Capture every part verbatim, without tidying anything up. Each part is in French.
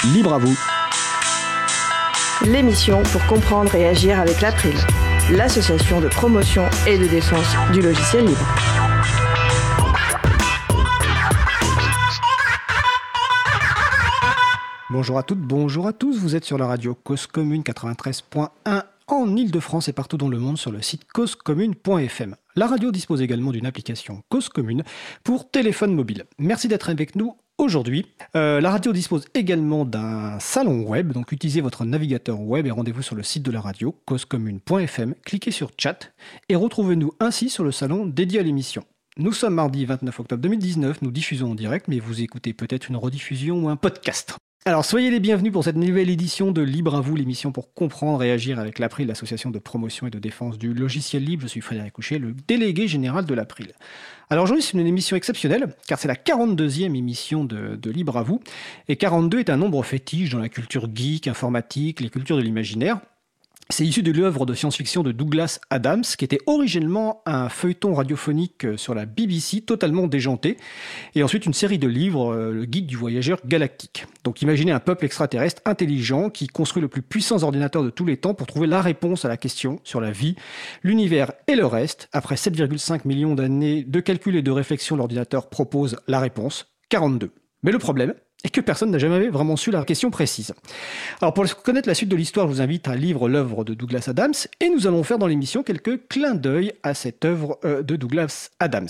Libre à vous. L'émission pour comprendre et agir avec l'April, l'association de promotion et de défense du logiciel libre. Bonjour à toutes, bonjour à tous, vous êtes sur la radio Cause Commune quatre-vingt-treize point un en Ile-de-France et partout dans le monde sur le site cause commune point f m. La radio dispose également d'une application Cause Commune pour téléphone mobile. Merci d'être avec nous aujourd'hui. Euh, la radio dispose également d'un salon web, donc utilisez votre navigateur web et rendez-vous sur le site de la radio cause commune point f m, cliquez sur chat et retrouvez-nous ainsi sur le salon dédié à l'émission. Nous sommes mardi vingt-neuf octobre deux mille dix-neuf, nous diffusons en direct, mais vous écoutez peut-être une rediffusion ou un podcast. Alors, soyez les bienvenus pour cette nouvelle édition de Libre à vous, l'émission pour comprendre et agir avec l'April, l'association de promotion et de défense du logiciel libre. Je suis Frédéric Couchet, le délégué général de l'April. Alors aujourd'hui, c'est une émission exceptionnelle, car c'est la quarante-deuxième émission de, de Libre à vous. Et quarante-deux est un nombre fétiche dans la culture geek, informatique, les cultures de l'imaginaire. C'est issu de l'œuvre de science-fiction de Douglas Adams, qui était originellement un feuilleton radiophonique sur la B B C, totalement déjanté, et ensuite une série de livres, euh, le guide du voyageur galactique. Donc imaginez un peuple extraterrestre intelligent qui construit le plus puissant ordinateur de tous les temps pour trouver la réponse à la question sur la vie, l'univers et le reste. Après sept virgule cinq millions d'années de calcul et de réflexion, l'ordinateur propose la réponse, quarante-deux. Mais le problème et que personne n'a jamais vraiment su la question précise. Alors pour connaître la suite de l'histoire, je vous invite à lire l'œuvre de Douglas Adams, et nous allons faire dans l'émission quelques clins d'œil à cette œuvre de Douglas Adams.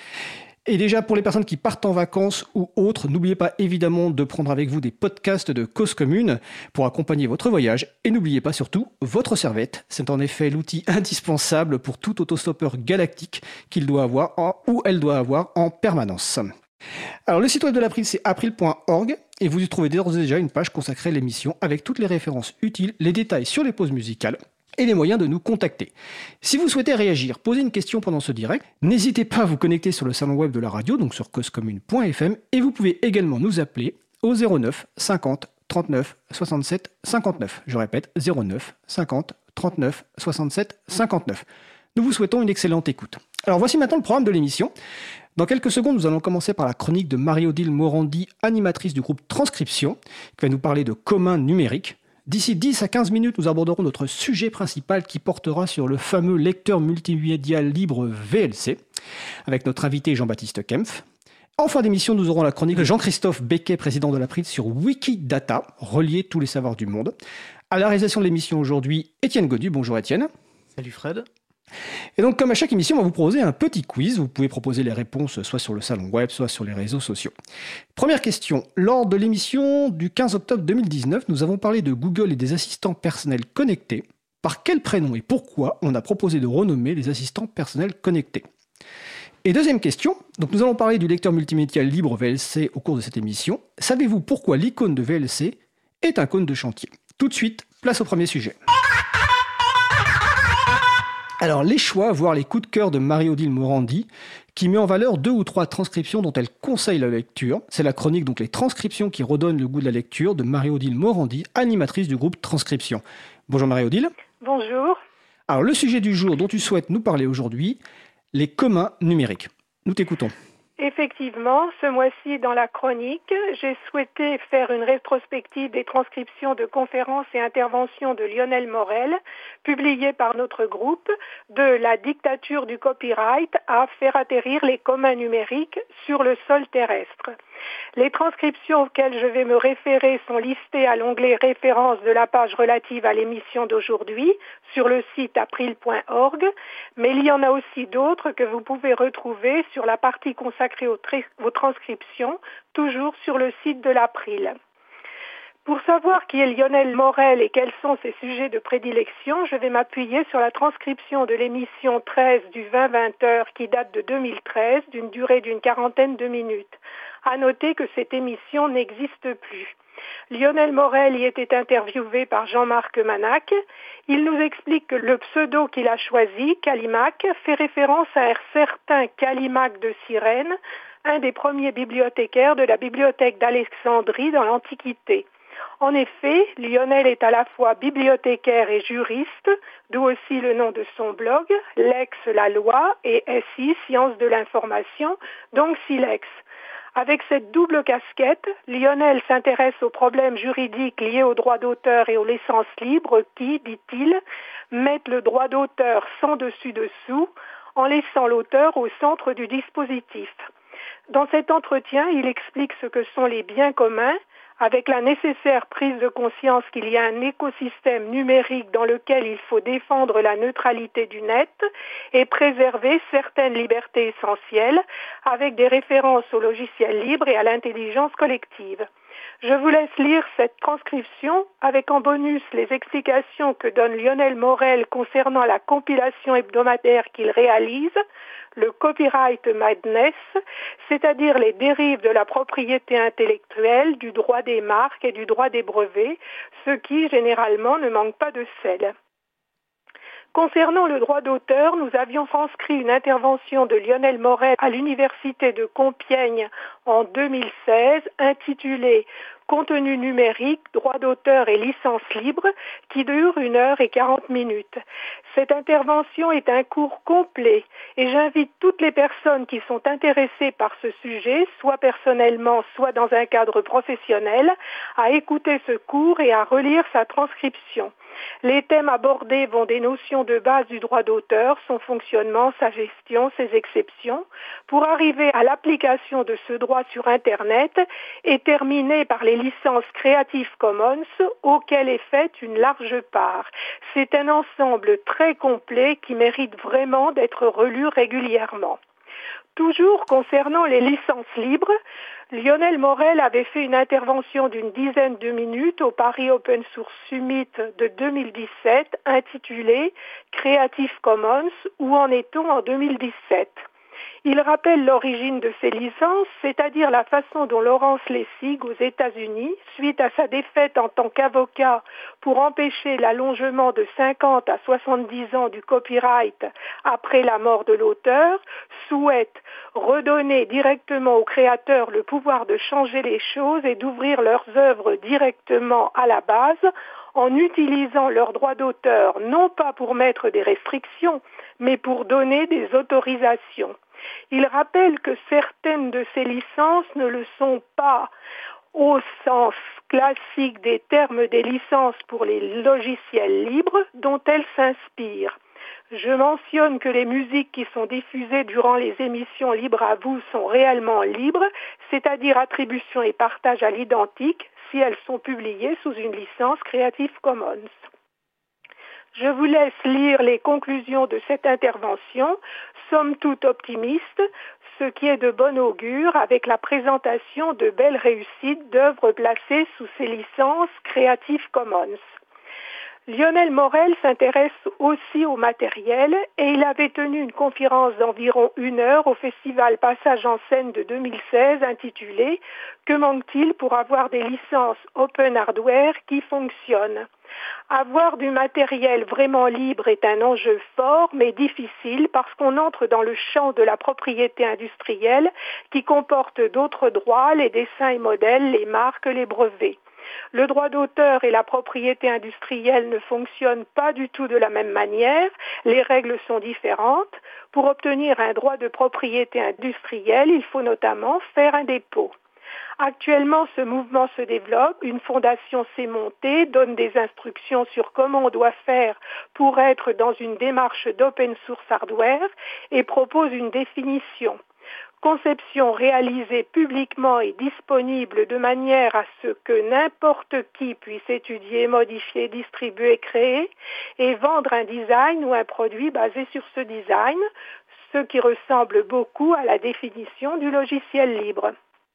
Et déjà, pour les personnes qui partent en vacances ou autres, n'oubliez pas évidemment de prendre avec vous des podcasts de Cause Commune pour accompagner votre voyage. Et n'oubliez pas surtout votre serviette. C'est en effet l'outil indispensable pour tout autostoppeur galactique qu'il doit avoir en, ou elle doit avoir en permanence. Alors le site web de l'April, c'est april point org et vous y trouvez d'ores et déjà une page consacrée à l'émission avec toutes les références utiles, les détails sur les pauses musicales et les moyens de nous contacter. Si vous souhaitez réagir, poser une question pendant ce direct, n'hésitez pas à vous connecter sur le salon web de la radio, donc sur cause commune point f m, et vous pouvez également nous appeler au zéro neuf cinquante trente-neuf soixante-sept cinquante-neuf. Je répète, zéro neuf cinquante trente-neuf soixante-sept cinquante-neuf. Nous vous souhaitons une excellente écoute. Alors voici maintenant le programme de l'émission. Dans quelques secondes, nous allons commencer par la chronique de Marie-Odile Morandi, animatrice du groupe Transcription, qui va nous parler de commun numérique. D'ici dix à quinze minutes, nous aborderons notre sujet principal qui portera sur le fameux lecteur multimédial libre V L C, avec notre invité Jean-Baptiste Kempf. En fin d'émission, nous aurons la chronique de Jean-Christophe Becquet, président de l'April, sur Wikidata, relier tous les savoirs du monde. À la réalisation de l'émission aujourd'hui, Étienne Godu. Bonjour Étienne. Salut Fred. Et donc, comme à chaque émission, on va vous proposer un petit quiz. Vous pouvez proposer les réponses soit sur le salon web, soit sur les réseaux sociaux. Première question. Lors de l'émission du quinze octobre deux mille dix-neuf, nous avons parlé de Google et des assistants personnels connectés. Par quel prénom et pourquoi on a proposé de renommer les assistants personnels connectés ? Et deuxième question. Donc, nous allons parler du lecteur multimédial libre V L C au cours de cette émission. Savez-vous pourquoi l'icône de V L C est un cône de chantier ? Tout de suite, place au premier sujet. Alors, les choix, voire les coups de cœur de Marie-Odile Morandi, qui met en valeur deux ou trois transcriptions dont elle conseille la lecture. C'est la chronique, donc les transcriptions qui redonnent le goût de la lecture, de Marie-Odile Morandi, animatrice du groupe Transcription. Bonjour Marie-Odile. Bonjour. Alors, le sujet du jour dont tu souhaites nous parler aujourd'hui, les communs numériques. Nous t'écoutons. Effectivement, ce mois-ci, dans la chronique, j'ai souhaité faire une rétrospective des transcriptions de conférences et interventions de Lionel Morel, publiées par notre groupe, de la dictature du copyright à faire atterrir les communs numériques sur le sol terrestre. Les transcriptions auxquelles je vais me référer sont listées à l'onglet références de la page relative à l'émission d'aujourd'hui sur le site april point org, mais il y en a aussi d'autres que vous pouvez retrouver sur la partie consacrée aux, tra- aux transcriptions, toujours sur le site de l'April. Pour savoir qui est Lionel Morel et quels sont ses sujets de prédilection, je vais m'appuyer sur la transcription de l'émission treize du vingt vingt heures qui date de deux mille treize, d'une durée d'une quarantaine de minutes. À noter que cette émission n'existe plus. Lionel Morel y était interviewé par Jean-Marc Manac. Il nous explique que le pseudo qu'il a choisi, Callimac, fait référence à un certain Callimac de Cyrène, un des premiers bibliothécaires de la bibliothèque d'Alexandrie dans l'Antiquité. En effet, Lionel est à la fois bibliothécaire et juriste, d'où aussi le nom de son blog, Lex la loi et S I, Sciences de l'information, donc Silex. Avec cette double casquette, Lionel s'intéresse aux problèmes juridiques liés aux droits d'auteur et aux licences libres qui, dit-il, mettent le droit d'auteur sans dessus-dessous en laissant l'auteur au centre du dispositif. Dans cet entretien, il explique ce que sont les biens communs, avec la nécessaire prise de conscience qu'il y a un écosystème numérique dans lequel il faut défendre la neutralité du net et préserver certaines libertés essentielles, avec des références au logiciel libre et à l'intelligence collective. Je vous laisse lire cette transcription avec en bonus les explications que donne Lionel Morel concernant la compilation hebdomadaire qu'il réalise, le Copyright Madness, c'est-à-dire les dérives de la propriété intellectuelle, du droit des marques et du droit des brevets, ce qui, généralement, ne manque pas de sel. Concernant le droit d'auteur, nous avions transcrit une intervention de Lionel Morel à l'Université de Compiègne en deux mille seize, intitulée « Contenu numérique, droit d'auteur et licence libre » qui dure une heure et quarante minutes. Cette intervention est un cours complet et j'invite toutes les personnes qui sont intéressées par ce sujet, soit personnellement, soit dans un cadre professionnel, à écouter ce cours et à relire sa transcription. Les thèmes abordés vont des notions de base du droit d'auteur, son fonctionnement, sa gestion, ses exceptions, pour arriver à l'application de ce droit sur Internet et terminer par les licences Creative Commons auxquelles est faite une large part. C'est un ensemble très complet qui mérite vraiment d'être relu régulièrement. Toujours concernant les licences libres, Lionel Morel avait fait une intervention d'une dizaine de minutes au Paris Open Source Summit de deux mille dix-sept intitulée « Creative Commons, où en est-on en deux mille dix-sept ?» Il rappelle l'origine de ces licences, c'est-à-dire la façon dont Laurence Lessig, aux États-Unis, suite à sa défaite en tant qu'avocat pour empêcher l'allongement de cinquante à soixante-dix ans du copyright après la mort de l'auteur, souhaite redonner directement aux créateurs le pouvoir de changer les choses et d'ouvrir leurs œuvres directement à la base en utilisant leurs droits d'auteur, non pas pour mettre des restrictions, mais pour donner des autorisations. Il rappelle que certaines de ces licences ne le sont pas au sens classique des termes des licences pour les logiciels libres dont elles s'inspirent. Je mentionne que les musiques qui sont diffusées durant les émissions Libre à vous sont réellement libres, c'est-à-dire attribution et partage à l'identique si elles sont publiées sous une licence Creative Commons. Je vous laisse lire les conclusions de cette intervention, somme toute optimiste, ce qui est de bon augure avec la présentation de belles réussites d'œuvres placées sous ces licences Creative Commons. Lionel Morel s'intéresse aussi au matériel et il avait tenu une conférence d'environ une heure au festival Passage en scène de deux mille seize intitulée « Que manque-t-il pour avoir des licences open hardware qui fonctionnent ?» Avoir du matériel vraiment libre est un enjeu fort mais difficile parce qu'on entre dans le champ de la propriété industrielle qui comporte d'autres droits, les dessins et modèles, les marques, les brevets. Le droit d'auteur et la propriété industrielle ne fonctionnent pas du tout de la même manière, les règles sont différentes. Pour obtenir un droit de propriété industrielle, il faut notamment faire un dépôt. Actuellement, ce mouvement se développe, une fondation s'est montée, donne des instructions sur comment on doit faire pour être dans une démarche d'open source hardware et propose une définition. Conception réalisée publiquement et disponible de manière à ce que n'importe qui puisse étudier, modifier, distribuer, créer et vendre un design ou un produit basé sur ce design, ce qui ressemble beaucoup à la définition du logiciel libre.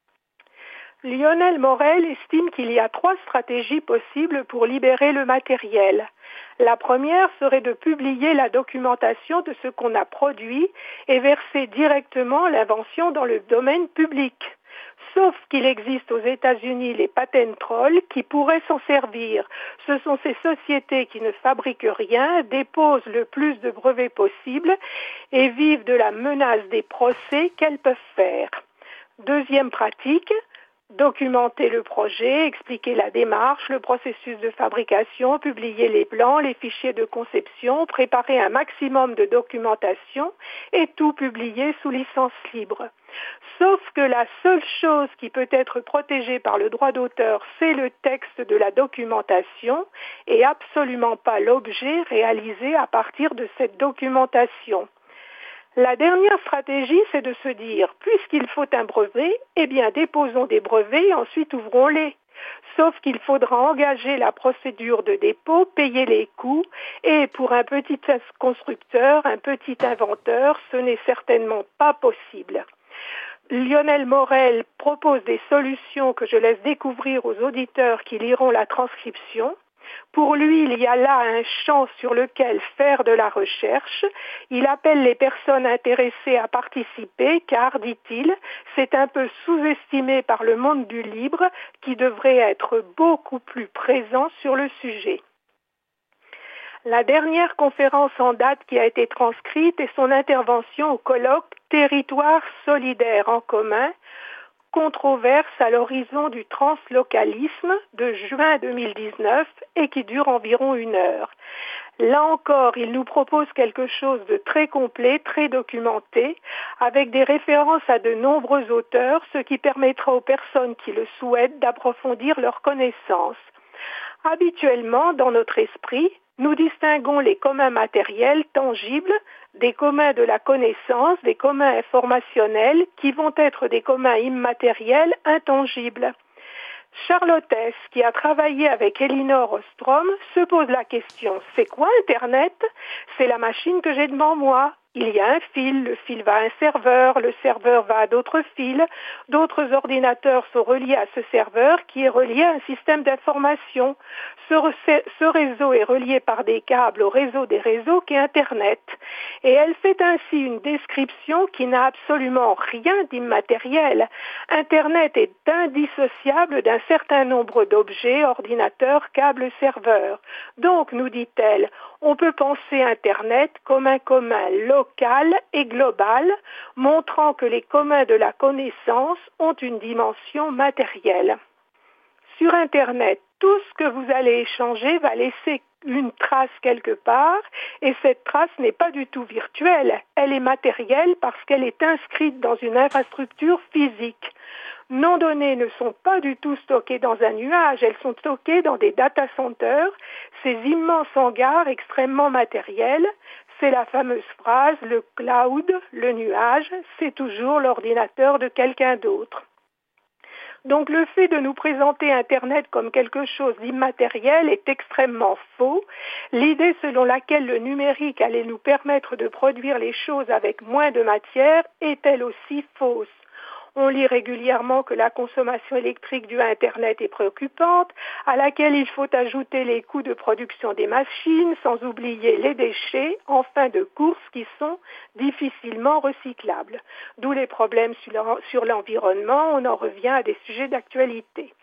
Lionel Morel estime qu'il y a trois stratégies possibles pour libérer le matériel. La première serait de publier la documentation de ce qu'on a produit et verser directement l'invention dans le domaine public. Sauf qu'il existe aux États-Unis les patent trolls qui pourraient s'en servir. Ce sont ces sociétés qui ne fabriquent rien, déposent le plus de brevets possible et vivent de la menace des procès qu'elles peuvent faire. Deuxième pratique, documenter le projet, expliquer la démarche, le processus de fabrication, publier les plans, les fichiers de conception, préparer un maximum de documentation et tout publier sous licence libre. Sauf que la seule chose qui peut être protégée par le droit d'auteur, c'est le texte de la documentation et absolument pas l'objet réalisé à partir de cette documentation. La dernière stratégie, c'est de se dire, puisqu'il faut un brevet, eh bien déposons des brevets et ensuite ouvrons-les. Sauf qu'il faudra engager la procédure de dépôt, payer les coûts, et pour un petit constructeur, un petit inventeur, ce n'est certainement pas possible. Lionel Morel propose des solutions que je laisse découvrir aux auditeurs qui liront la transcription. Pour lui, il y a là un champ sur lequel faire de la recherche. Il appelle les personnes intéressées à participer car, dit-il, c'est un peu sous-estimé par le monde du libre qui devrait être beaucoup plus présent sur le sujet. La dernière conférence en date qui a été transcrite est son intervention au colloque Territoire solidaire en commun, controverse à l'horizon du translocalisme de juin deux mille dix-neuf et qui dure environ une heure. Là encore, il nous propose quelque chose de très complet, très documenté, avec des références à de nombreux auteurs, ce qui permettra aux personnes qui le souhaitent d'approfondir leurs connaissances. Habituellement, dans notre esprit, nous distinguons les communs matériels, tangibles, des communs de la connaissance, des communs informationnels, qui vont être des communs immatériels, intangibles. Charlotte S., qui a travaillé avec Elinor Ostrom, se pose la question, c'est quoi Internet ? C'est la machine que j'ai devant moi. Il y a un fil, le fil va à un serveur, le serveur va à d'autres fils, d'autres ordinateurs sont reliés à ce serveur qui est relié à un système d'information. Ce, ce réseau est relié par des câbles au réseau des réseaux qui est Internet. Et elle fait ainsi une description qui n'a absolument rien d'immatériel. Internet est indissociable d'un certain nombre d'objets, ordinateurs, câbles, serveurs. Donc, nous dit-elle, on peut penser Internet comme un commun local et global, montrant que les communs de la connaissance ont une dimension matérielle. Sur Internet, tout ce que vous allez échanger va laisser une trace quelque part, et cette trace n'est pas du tout virtuelle, elle est matérielle parce qu'elle est inscrite dans une infrastructure physique. Nos données ne sont pas du tout stockées dans un nuage, elles sont stockées dans des data centers, ces immenses hangars extrêmement matériels. C'est la fameuse phrase, le cloud, le nuage, c'est toujours l'ordinateur de quelqu'un d'autre. Donc le fait de nous présenter Internet comme quelque chose d'immatériel est extrêmement faux. L'idée selon laquelle le numérique allait nous permettre de produire les choses avec moins de matière est elle aussi fausse. On lit régulièrement que la consommation électrique due à Internet est préoccupante, à laquelle il faut ajouter les coûts de production des machines, sans oublier les déchets, en fin de course, qui sont difficilement recyclables. D'où les problèmes sur l'environnement, on en revient à des sujets d'actualité.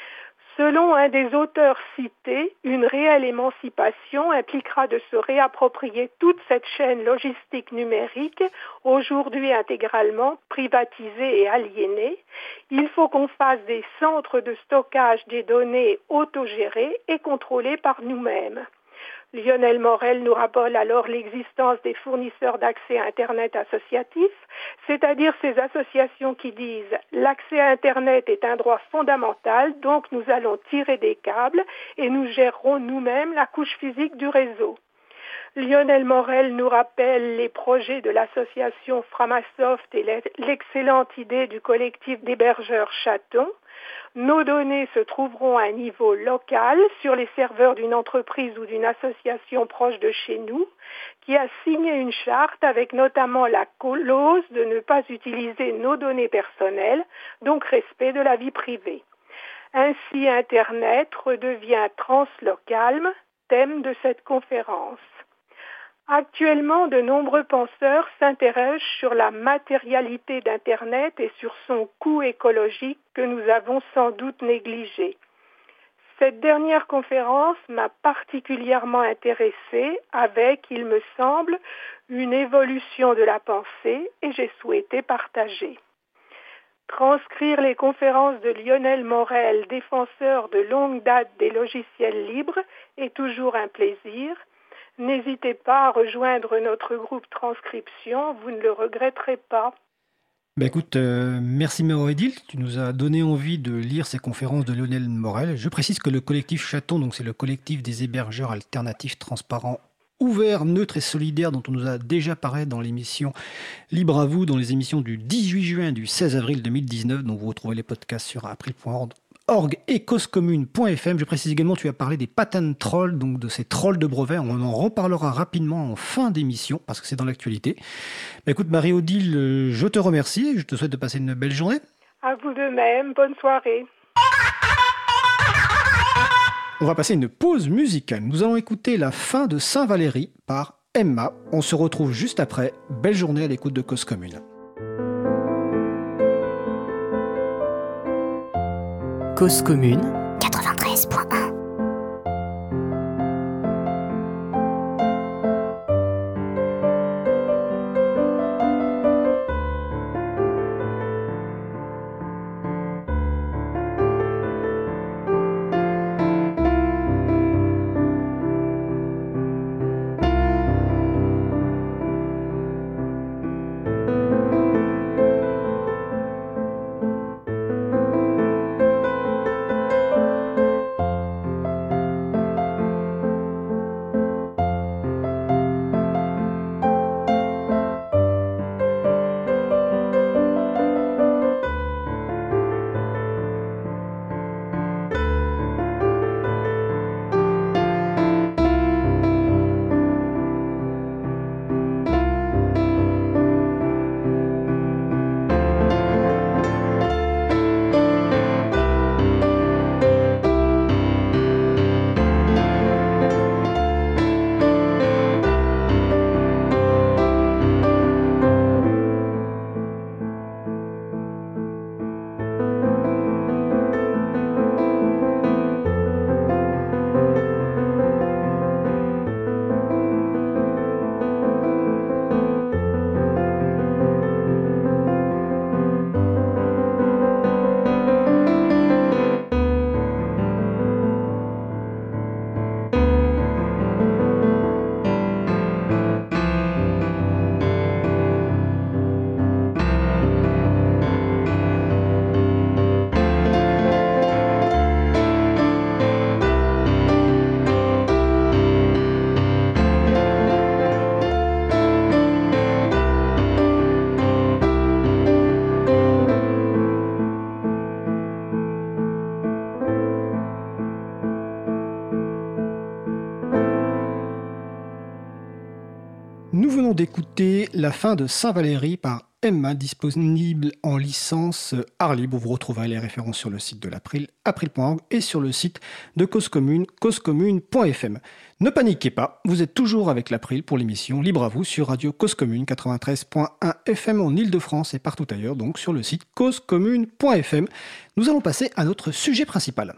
Selon un des auteurs cités, une réelle émancipation impliquera de se réapproprier toute cette chaîne logistique numérique, aujourd'hui intégralement privatisée et aliénée. Il faut qu'on fasse des centres de stockage des données autogérés et contrôlés par nous-mêmes. Lionel Morel nous rappelle alors l'existence des fournisseurs d'accès à Internet associatifs, c'est-à-dire ces associations qui disent « l'accès à Internet est un droit fondamental, donc nous allons tirer des câbles et nous gérerons nous-mêmes la couche physique du réseau ». Lionel Morel nous rappelle les projets de l'association Framasoft et l'excellente idée du collectif d'hébergeurs Chaton. Nos données se trouveront à un niveau local sur les serveurs d'une entreprise ou d'une association proche de chez nous qui a signé une charte avec notamment la clause de ne pas utiliser nos données personnelles, donc respect de la vie privée. Ainsi, Internet redevient translocal, thème de cette conférence. Actuellement, de nombreux penseurs s'interrogent sur la matérialité d'Internet et sur son coût écologique que nous avons sans doute négligé. Cette dernière conférence m'a particulièrement intéressée avec, il me semble, une évolution de la pensée et j'ai souhaité partager. Transcrire les conférences de Lionel Morel, défenseur de longue date des logiciels libres, est toujours un plaisir. N'hésitez pas à rejoindre notre groupe Transcription, vous ne le regretterez pas. Bah écoute, euh, merci Méro-Édile, tu nous as donné envie de lire ces conférences de Lionel Morel. Je précise que le collectif Chaton, donc c'est le collectif des hébergeurs alternatifs, transparents, ouverts, neutres et solidaires dont on nous a déjà parlé dans l'émission Libre à vous, dans les émissions du dix-huit juin et du seize avril deux mille dix-neuf, dont vous retrouvez les podcasts sur april point org et causecommune point f m. Je précise également que tu as parlé des patents trolls, donc de ces trolls de brevets. On en reparlera rapidement en fin d'émission parce que c'est dans l'actualité. Bah écoute Marie-Odile, je te remercie et je te souhaite de passer une belle journée. À vous de même, bonne soirée. On va passer une pause musicale. Nous allons écouter la fin de Saint-Valéry par Emma. On se retrouve juste après. Belle journée à l'écoute de Cause Commune. Cause Commune quatre-vingt-treize point un. D'écouter la fin de Saint-Valéry par Emma, disponible en licence art libre. Vous retrouverez les références sur le site de l'April, april point org et sur le site de Cause Commune, causecommune point f m. Ne paniquez pas, vous êtes toujours avec l'April pour l'émission Libre à vous sur Radio Cause Commune quatre-vingt-treize point un F M en Ile-de-France et partout ailleurs, donc sur le site causecommune point f m. Nous allons passer à notre sujet principal.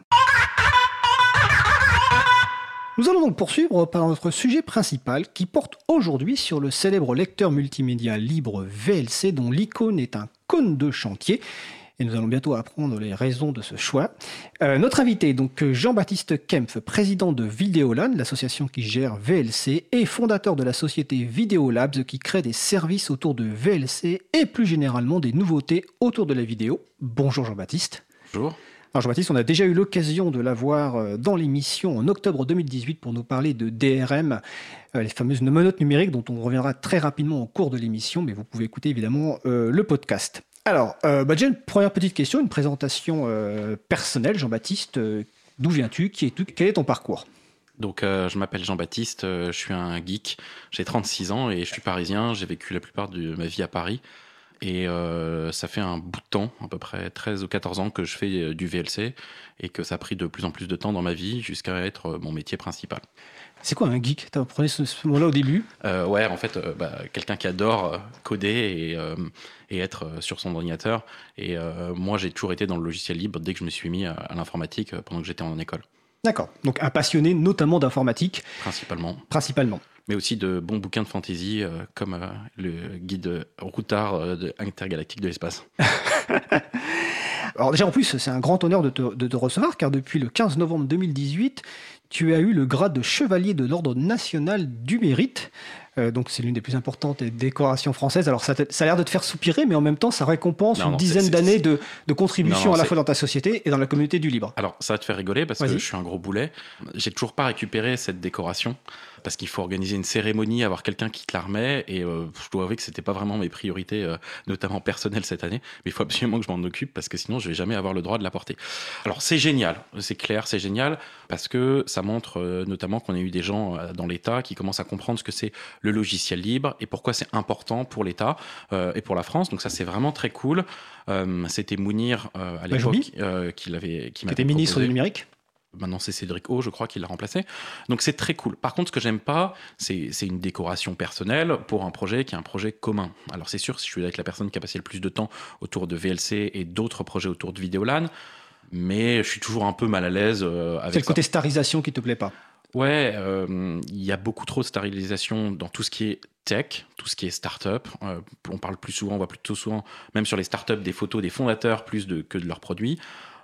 Nous allons donc poursuivre par notre sujet principal qui porte aujourd'hui sur le célèbre lecteur multimédia libre V L C dont l'icône est un cône de chantier. Et nous allons bientôt apprendre les raisons de ce choix. Euh, notre invité est donc Jean-Baptiste Kempf, président de Vidéoland, l'association qui gère V L C, et fondateur de la société Videolabs qui crée des services autour de V L C et plus généralement des nouveautés autour de la vidéo. Bonjour Jean-Baptiste. Bonjour. Alors Jean-Baptiste, on a déjà eu l'occasion de l'avoir dans l'émission en octobre deux mille dix-huit pour nous parler de D R M, les fameuses menottes numériques dont on reviendra très rapidement au cours de l'émission, mais vous pouvez écouter évidemment euh, le podcast. Alors, euh, bah déjà une première petite question, une présentation euh, personnelle. Jean-Baptiste, euh, d'où viens-tu? Qui es-tu? Quel est ton parcours? Donc euh, je m'appelle Jean-Baptiste, euh, je suis un geek, j'ai trente-six ans et je suis parisien, j'ai vécu la plupart de ma vie à Paris. Et euh, ça fait un bout de temps, à peu près treize ou quatorze ans que je fais du V L C et que ça a pris de plus en plus de temps dans ma vie jusqu'à être mon métier principal. C'est quoi un geek? Tu apprenais ce, ce mot-là au début? euh, Ouais, en fait, euh, bah, quelqu'un qui adore coder et, euh, et être sur son ordinateur. Et euh, moi, j'ai toujours été dans le logiciel libre dès que je me suis mis à, à l'informatique pendant que j'étais en école. D'accord, donc un passionné notamment d'informatique. Principalement. Principalement. Mais aussi de bons bouquins de fantasy euh, comme euh, le guide Routard euh, de intergalactique de l'espace. Alors déjà en plus c'est un grand honneur de te, de te recevoir car depuis le quinze novembre deux mille dix-huit tu as eu le grade de chevalier de l'ordre national du mérite. Euh, donc c'est l'une des plus importantes décorations françaises. Alors ça, ça a l'air de te faire soupirer, mais en même temps ça récompense non, une non, dizaine c'est, d'années c'est... De, de contribution non, non, à la c'est... fois dans ta société et dans la communauté du libre. Alors ça va te faire rigoler parce Vas-y. que je suis un gros boulet. J'ai toujours pas récupéré cette décoration parce qu'il faut organiser une cérémonie, avoir quelqu'un qui te la remet, et euh, je dois avouer que c'était pas vraiment mes priorités, euh, notamment personnelles cette année, mais il faut absolument que je m'en occupe parce que sinon je vais jamais avoir le droit de la porter. Alors c'est génial, c'est clair, c'est génial parce que ça montre euh, notamment qu'on a eu des gens euh, dans l'État qui commencent à comprendre ce que c'est le logiciel libre et pourquoi c'est important pour l'État euh, et pour la France. Donc ça c'est vraiment très cool. Euh, c'était Mounir euh, à l'époque euh, qui l'avait, qui, qui était ministre du numérique. Maintenant, c'est Cédric O, je crois, qui l'a remplacé. Donc, c'est très cool. Par contre, ce que j'aime pas, c'est, c'est une décoration personnelle pour un projet qui est un projet commun. Alors, c'est sûr, si je suis avec la personne qui a passé le plus de temps autour de V L C et d'autres projets autour de Vidéolan, mais je suis toujours un peu mal à l'aise euh, avec ça. C'est le côté starisation qui te plaît pas? Ouais, il euh, y a beaucoup trop de stérilisation dans tout ce qui est tech, tout ce qui est start-up. Euh, on parle plus souvent, on voit plutôt souvent, même sur les start-up, des photos des fondateurs plus de, que de leurs produits.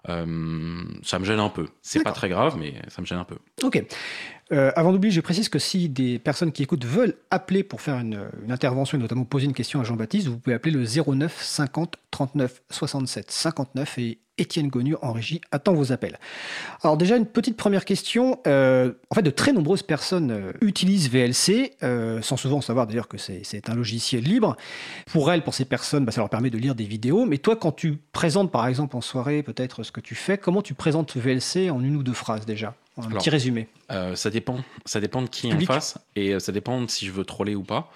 Euh, ça me gêne un peu. C'est D'accord. pas très grave, mais ça me gêne un peu. Ok. Euh, avant d'oublier, je précise que si des personnes qui écoutent veulent appeler pour faire une, une intervention et notamment poser une question à Jean-Baptiste, vous pouvez appeler le zéro neuf cinquante trente-neuf soixante-sept cinquante-neuf et Étienne Gonu en régie attend vos appels. Alors déjà, une petite première question. Euh, en fait, de très nombreuses personnes euh, utilisent V L C, euh, sans souvent savoir d'ailleurs que c'est, c'est un logiciel libre. Pour elles, pour ces personnes, bah, ça leur permet de lire des vidéos. Mais toi, quand tu présentes par exemple en soirée peut-être ce que tu fais, comment tu présentes V L C en une ou deux phrases déjà ? Un Alors, petit résumé. Euh, ça dépend. Ça dépend de qui est en face et ça dépend de si je veux troller ou pas.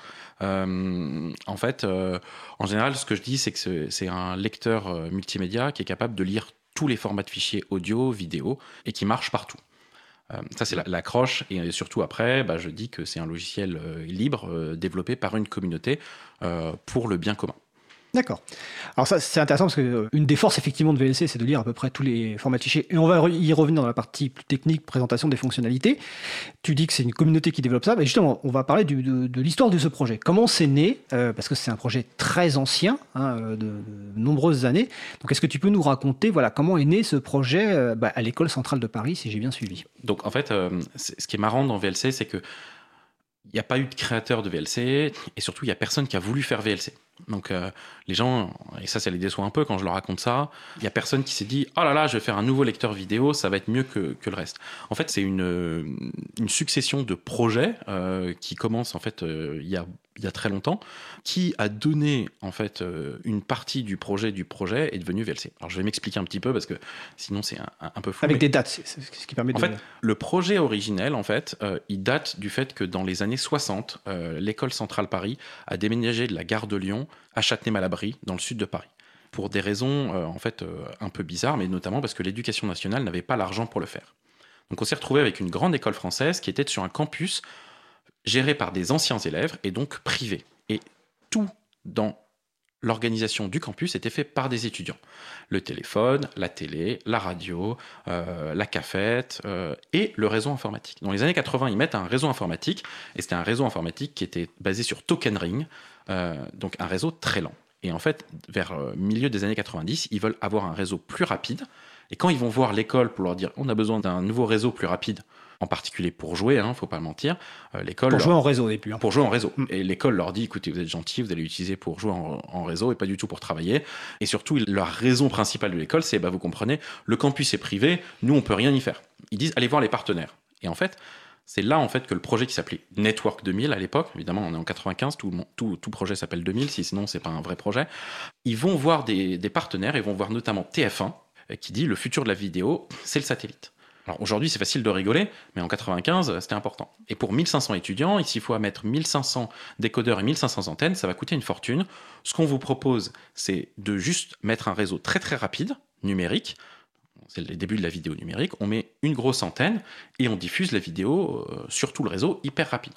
Euh, en fait, euh, en général, ce que je dis, c'est que c'est, c'est un lecteur euh, multimédia qui est capable de lire tous les formats de fichiers audio, vidéo et qui marche partout. Euh, ça, c'est la, l'accroche. Et surtout après, bah, je dis que c'est un logiciel euh, libre euh, développé par une communauté euh, pour le bien commun. D'accord. Alors ça, c'est intéressant parce qu'une des forces effectivement de V L C, c'est de lire à peu près tous les formats de fichiers. Et on va y revenir dans la partie plus technique, présentation des fonctionnalités. Tu dis que c'est une communauté qui développe ça. Mais justement, on va parler du, de, de l'histoire de ce projet. Comment c'est né euh, parce que c'est un projet très ancien, hein, de, de nombreuses années. Donc est-ce que tu peux nous raconter voilà, comment est né ce projet euh, bah, à l'École centrale de Paris, si j'ai bien suivi? Donc en fait, euh, ce qui est marrant dans V L C, c'est que il n'y a pas eu de créateur de V L C et surtout, il n'y a personne qui a voulu faire V L C. Donc euh, les gens, et ça, ça les déçoit un peu quand je leur raconte ça, il n'y a personne qui s'est dit « Oh là là, je vais faire un nouveau lecteur vidéo, ça va être mieux que, que le reste ». En fait, c'est une, une succession de projets euh, qui commencent en fait euh, il y a il y a très longtemps, qui a donné en fait euh, une partie du projet du projet est devenu V L C. Alors je vais m'expliquer un petit peu parce que sinon c'est un, un, un peu flou. Avec mais... des dates, c'est, c'est ce qui permet en de... En fait, le projet originel, en fait, euh, il date du fait que dans les années soixante, euh, l'École centrale Paris a déménagé de la gare de Lyon à Châtenay-Malabry, dans le sud de Paris. Pour des raisons euh, en fait euh, un peu bizarres, mais notamment parce que l'éducation nationale n'avait pas l'argent pour le faire. Donc on s'est retrouvé avec une grande école française qui était sur un campus géré par des anciens élèves et donc privé. Et tout dans l'organisation du campus était fait par des étudiants. Le téléphone, la télé, la radio, euh, la cafette euh, et le réseau informatique. Dans les années quatre-vingts, ils mettent un réseau informatique et c'était un réseau informatique qui était basé sur Token Ring, euh, donc un réseau très lent. Et en fait, vers le milieu des années quatre-vingt-dix, ils veulent avoir un réseau plus rapide. Et quand ils vont voir l'école pour leur dire « on a besoin d'un nouveau réseau plus rapide », en particulier pour jouer, hein, faut pas mentir. Euh, l'école pour leur... jouer en réseau, et puis. Hein. Pour jouer en réseau. Mm. Et l'école leur dit, écoutez, vous êtes gentils, vous allez l'utiliser pour jouer en, en réseau et pas du tout pour travailler. Et surtout, leur raison principale de l'école, c'est, bah, vous comprenez, le campus est privé, nous, on peut rien y faire. Ils disent, allez voir les partenaires. Et en fait, c'est là en fait que le projet qui s'appelait Network deux mille à l'époque, évidemment, on est en quatre-vingt-quinze, tout, tout, tout projet s'appelle deux mille, si sinon, c'est pas un vrai projet. Ils vont voir des, des partenaires, ils vont voir notamment T F un, qui dit, le futur de la vidéo, c'est le satellite. Alors aujourd'hui, c'est facile de rigoler, mais en quatre-vingt-quinze, c'était important. Et pour mille cinq cents étudiants, ici, il faut mettre mille cinq cents décodeurs et mille cinq cents antennes, ça va coûter une fortune. Ce qu'on vous propose, c'est de juste mettre un réseau très très rapide, numérique. C'est le début de la vidéo numérique. On met une grosse antenne et on diffuse la vidéo euh, sur tout le réseau hyper rapide.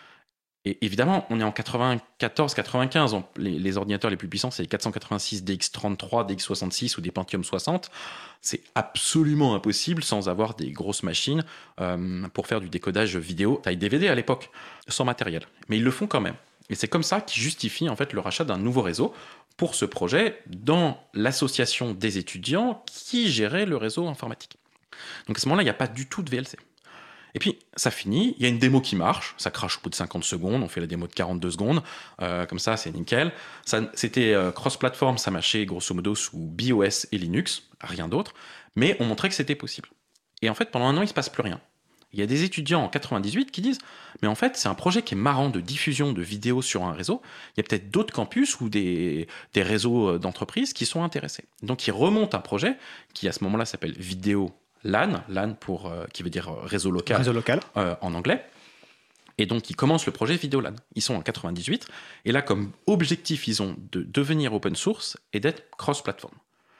Et évidemment, on est en quatre-vingt-quatorze quatre-vingt-quinze. On, les, les ordinateurs les plus puissants, c'est les quatre cent quatre-vingt-six D X trente-trois, D X soixante-six ou des Pentium soixante. C'est absolument impossible sans avoir des grosses machines euh, pour faire du décodage vidéo taille D V D à l'époque, sans matériel. Mais ils le font quand même. Et c'est comme ça qu'ils justifient en fait le rachat d'un nouveau réseau pour ce projet dans l'association des étudiants qui gérait le réseau informatique. Donc à ce moment-là, il n'y a pas du tout de V L C. Et puis, ça finit, il y a une démo qui marche, ça crache au bout de cinquante secondes, on fait la démo de quarante-deux secondes, euh, comme ça, c'est nickel. Ça, c'était euh, cross-platform, ça marchait grosso modo sous BeOS et Linux, rien d'autre, mais on montrait que c'était possible. Et en fait, pendant un an, il ne se passe plus rien. Il y a des étudiants en quatre-vingt-dix-huit qui disent « Mais en fait, c'est un projet qui est marrant de diffusion de vidéos sur un réseau. Il y a peut-être d'autres campus ou des, des réseaux d'entreprises qui sont intéressés. » Donc, ils remontent un projet qui, à ce moment-là, s'appelle Vidéo LAN, LAN pour, euh, qui veut dire réseau local, réseau local. Euh, en anglais. Et donc, ils commencent le projet Vidéo LAN. Ils sont en quatre-vingt-dix-huit. Et là, comme objectif, ils ont de devenir open source et d'être cross-platform.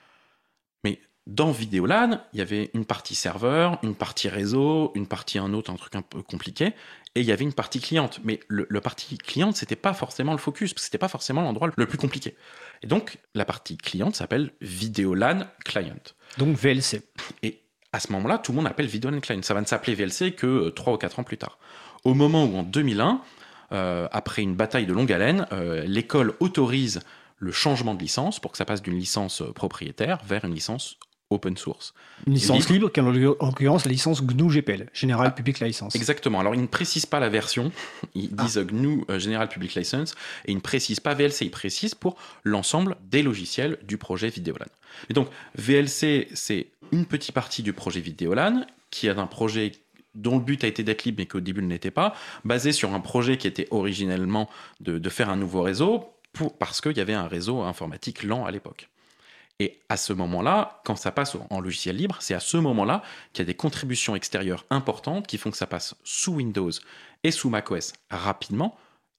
Mais dans Vidéo LAN, il y avait une partie serveur, une partie réseau, une partie un autre, un truc un peu compliqué. Et il y avait une partie cliente. Mais le, le partie cliente, c'était pas forcément le focus, parce que c'était pas forcément l'endroit le plus compliqué. Et donc, la partie cliente s'appelle Vidéo LAN Client. Donc V L C. Et à ce moment-là, tout le monde appelle Video LAN Client. Ça va ne s'appeler V L C que trois ou quatre ans plus tard. Au moment où, en deux mille un, euh, après une bataille de longue haleine, euh, l'école autorise le changement de licence pour que ça passe d'une licence propriétaire vers une licence open source. Une licence libre, qui est en l'occurrence la licence G N U G P L, General ah, Public License. Exactement. Alors, ils ne précisent pas la version. Ils ah. disent G N U, euh, General Public License, et ils ne précisent pas V L C. Ils précisent pour l'ensemble des logiciels du projet Vidéo LAN. Et donc, V L C, c'est une petite partie du projet Vidéo LAN, qui est un projet dont le but a été d'être libre, mais qu'au début ne l'était pas, basé sur un projet qui était originellement de, de faire un nouveau réseau, pour, parce qu'il y avait un réseau informatique lent à l'époque. Et à ce moment-là, quand ça passe en logiciel libre, c'est à ce moment-là qu'il y a des contributions extérieures importantes qui font que ça passe sous Windows et sous macOS rapidement,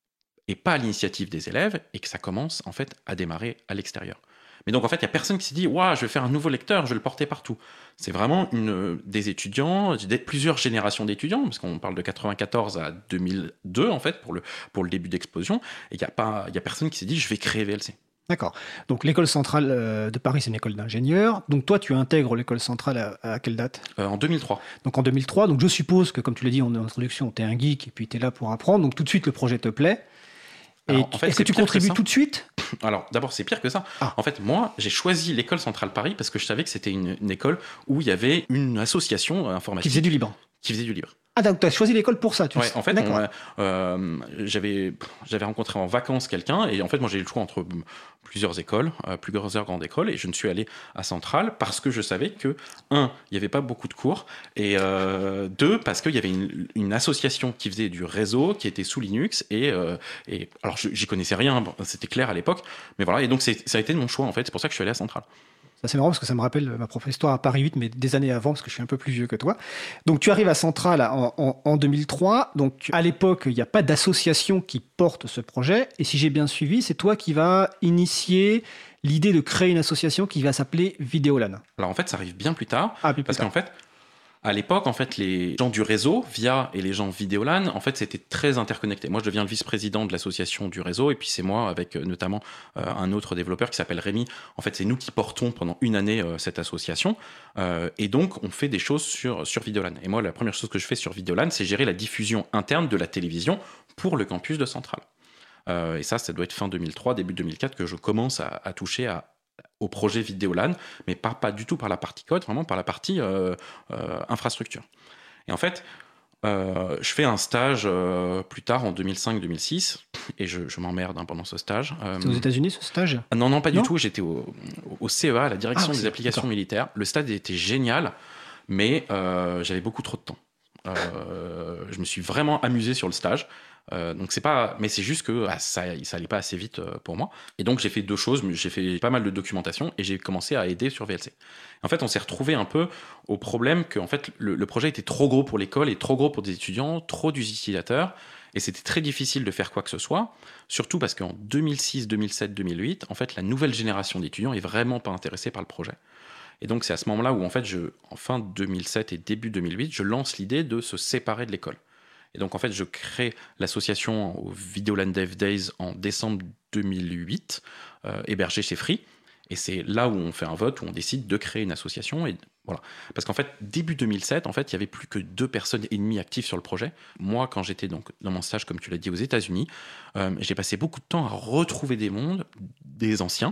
et pas à l'initiative des élèves, et que ça commence en fait à démarrer à l'extérieur. Mais donc en fait, il n'y a personne qui s'est dit « Waouh, je vais faire un nouveau lecteur, je vais le porter partout ». C'est vraiment une, des étudiants, des, plusieurs générations d'étudiants, parce qu'on parle de quatre-vingt-quatorze à deux mille deux en fait, pour le, pour le début d'explosion, et il n'y a, pas, il y a personne qui s'est dit « Je vais créer V L C ». D'accord. Donc l'école centrale de Paris, c'est une école d'ingénieurs. Donc toi, tu intègres l'école centrale à, à quelle date ? euh, En deux mille trois. Donc en deux mille trois. Donc je suppose que, comme tu l'as dit en introduction, tu es un geek et puis tu es là pour apprendre. Donc tout de suite, le projet te plaît. Et Alors, en fait, est-ce que tu contribues que tout de suite ? Alors d'abord, c'est pire que ça. Ah. En fait, moi, j'ai choisi l'école centrale Paris parce que je savais que c'était une, une école où il y avait une association informatique. Qui faisait du libre. Qui faisait du libre. Ah, donc tu as choisi l'école pour ça, tu ouais, sais. En fait, on, euh, j'avais, j'avais rencontré en vacances quelqu'un, et en fait, moi, j'ai eu le choix entre plusieurs écoles, euh, plusieurs grandes écoles, et je ne suis allé à Centrale parce que je savais que, un, il n'y avait pas beaucoup de cours, et euh, deux, parce qu'il y avait une, une association qui faisait du réseau, qui était sous Linux, et, euh, et alors, j'y connaissais rien, c'était clair à l'époque, mais voilà, et donc, c'est, ça a été mon choix, en fait, c'est pour ça que je suis allé à Centrale. Ça, c'est marrant parce que ça me rappelle ma propre histoire à Paris huit, mais des années avant, parce que je suis un peu plus vieux que toi. Donc, tu arrives à Centrale en, en, en deux mille trois. Donc, à l'époque, il n'y a pas d'association qui porte ce projet. Et si j'ai bien suivi, c'est toi qui vas initier l'idée de créer une association qui va s'appeler Vidéo LAN. Alors, en fait, ça arrive bien plus tard. Ah, plus parce plus qu'en fait, à l'époque, en fait, les gens du réseau, Via, et les gens Vidéo LAN, en fait, c'était très interconnecté. Moi, je deviens le vice-président de l'association du réseau, et puis c'est moi, avec euh, notamment euh, un autre développeur qui s'appelle Rémi. En fait, c'est nous qui portons pendant une année euh, cette association, euh, et donc on fait des choses sur, sur Vidéo LAN. Et moi, la première chose que je fais sur Vidéo LAN, c'est gérer la diffusion interne de la télévision pour le campus de Centrale. Euh, et ça, ça doit être fin deux mille trois, début deux mille quatre, que je commence à, à toucher à au projet Vidéo LAN, mais pas, pas du tout par la partie code, vraiment par la partie euh, euh, infrastructure. Et en fait, euh, je fais un stage euh, plus tard, en deux mille cinq deux mille six, et je, je m'emmerde hein, pendant ce stage. Euh, C'était aux États-Unis, ce stage ? Non, non, pas non du tout. J'étais au, au C E A, la direction ah, des applications d'accord. militaires. Le stage était génial, mais euh, j'avais beaucoup trop de temps. Euh, je me suis vraiment amusé sur le stage. Euh, donc c'est pas, mais c'est juste que ah, ça, ça allait pas assez vite euh, pour moi. Et donc j'ai fait deux choses. J'ai fait pas mal de documentation et j'ai commencé à aider sur V L C. En fait, on s'est retrouvé un peu au problème que en fait le, le projet était trop gros pour l'école et trop gros pour des étudiants, trop d'utilisateurs, et c'était très difficile de faire quoi que ce soit. Surtout parce qu'en deux mille six, deux mille sept, deux mille huit, en fait, la nouvelle génération d'étudiants est vraiment pas intéressée par le projet. Et donc c'est à ce moment-là où en fait, je, en fin deux mille sept et début deux mille huit, je lance l'idée de se séparer de l'école. Et donc, en fait, je crée l'association au Video LAN Dev Days en décembre deux mille huit, euh, hébergée chez Free. Et c'est là où on fait un vote, où on décide de créer une association. Et voilà. Parce qu'en fait, début deux mille sept, en fait, il n'y avait plus que deux personnes et demie actives sur le projet. Moi, quand j'étais donc dans mon stage, comme tu l'as dit, aux États-Unis, euh, j'ai passé beaucoup de temps à retrouver des mondes, des anciens,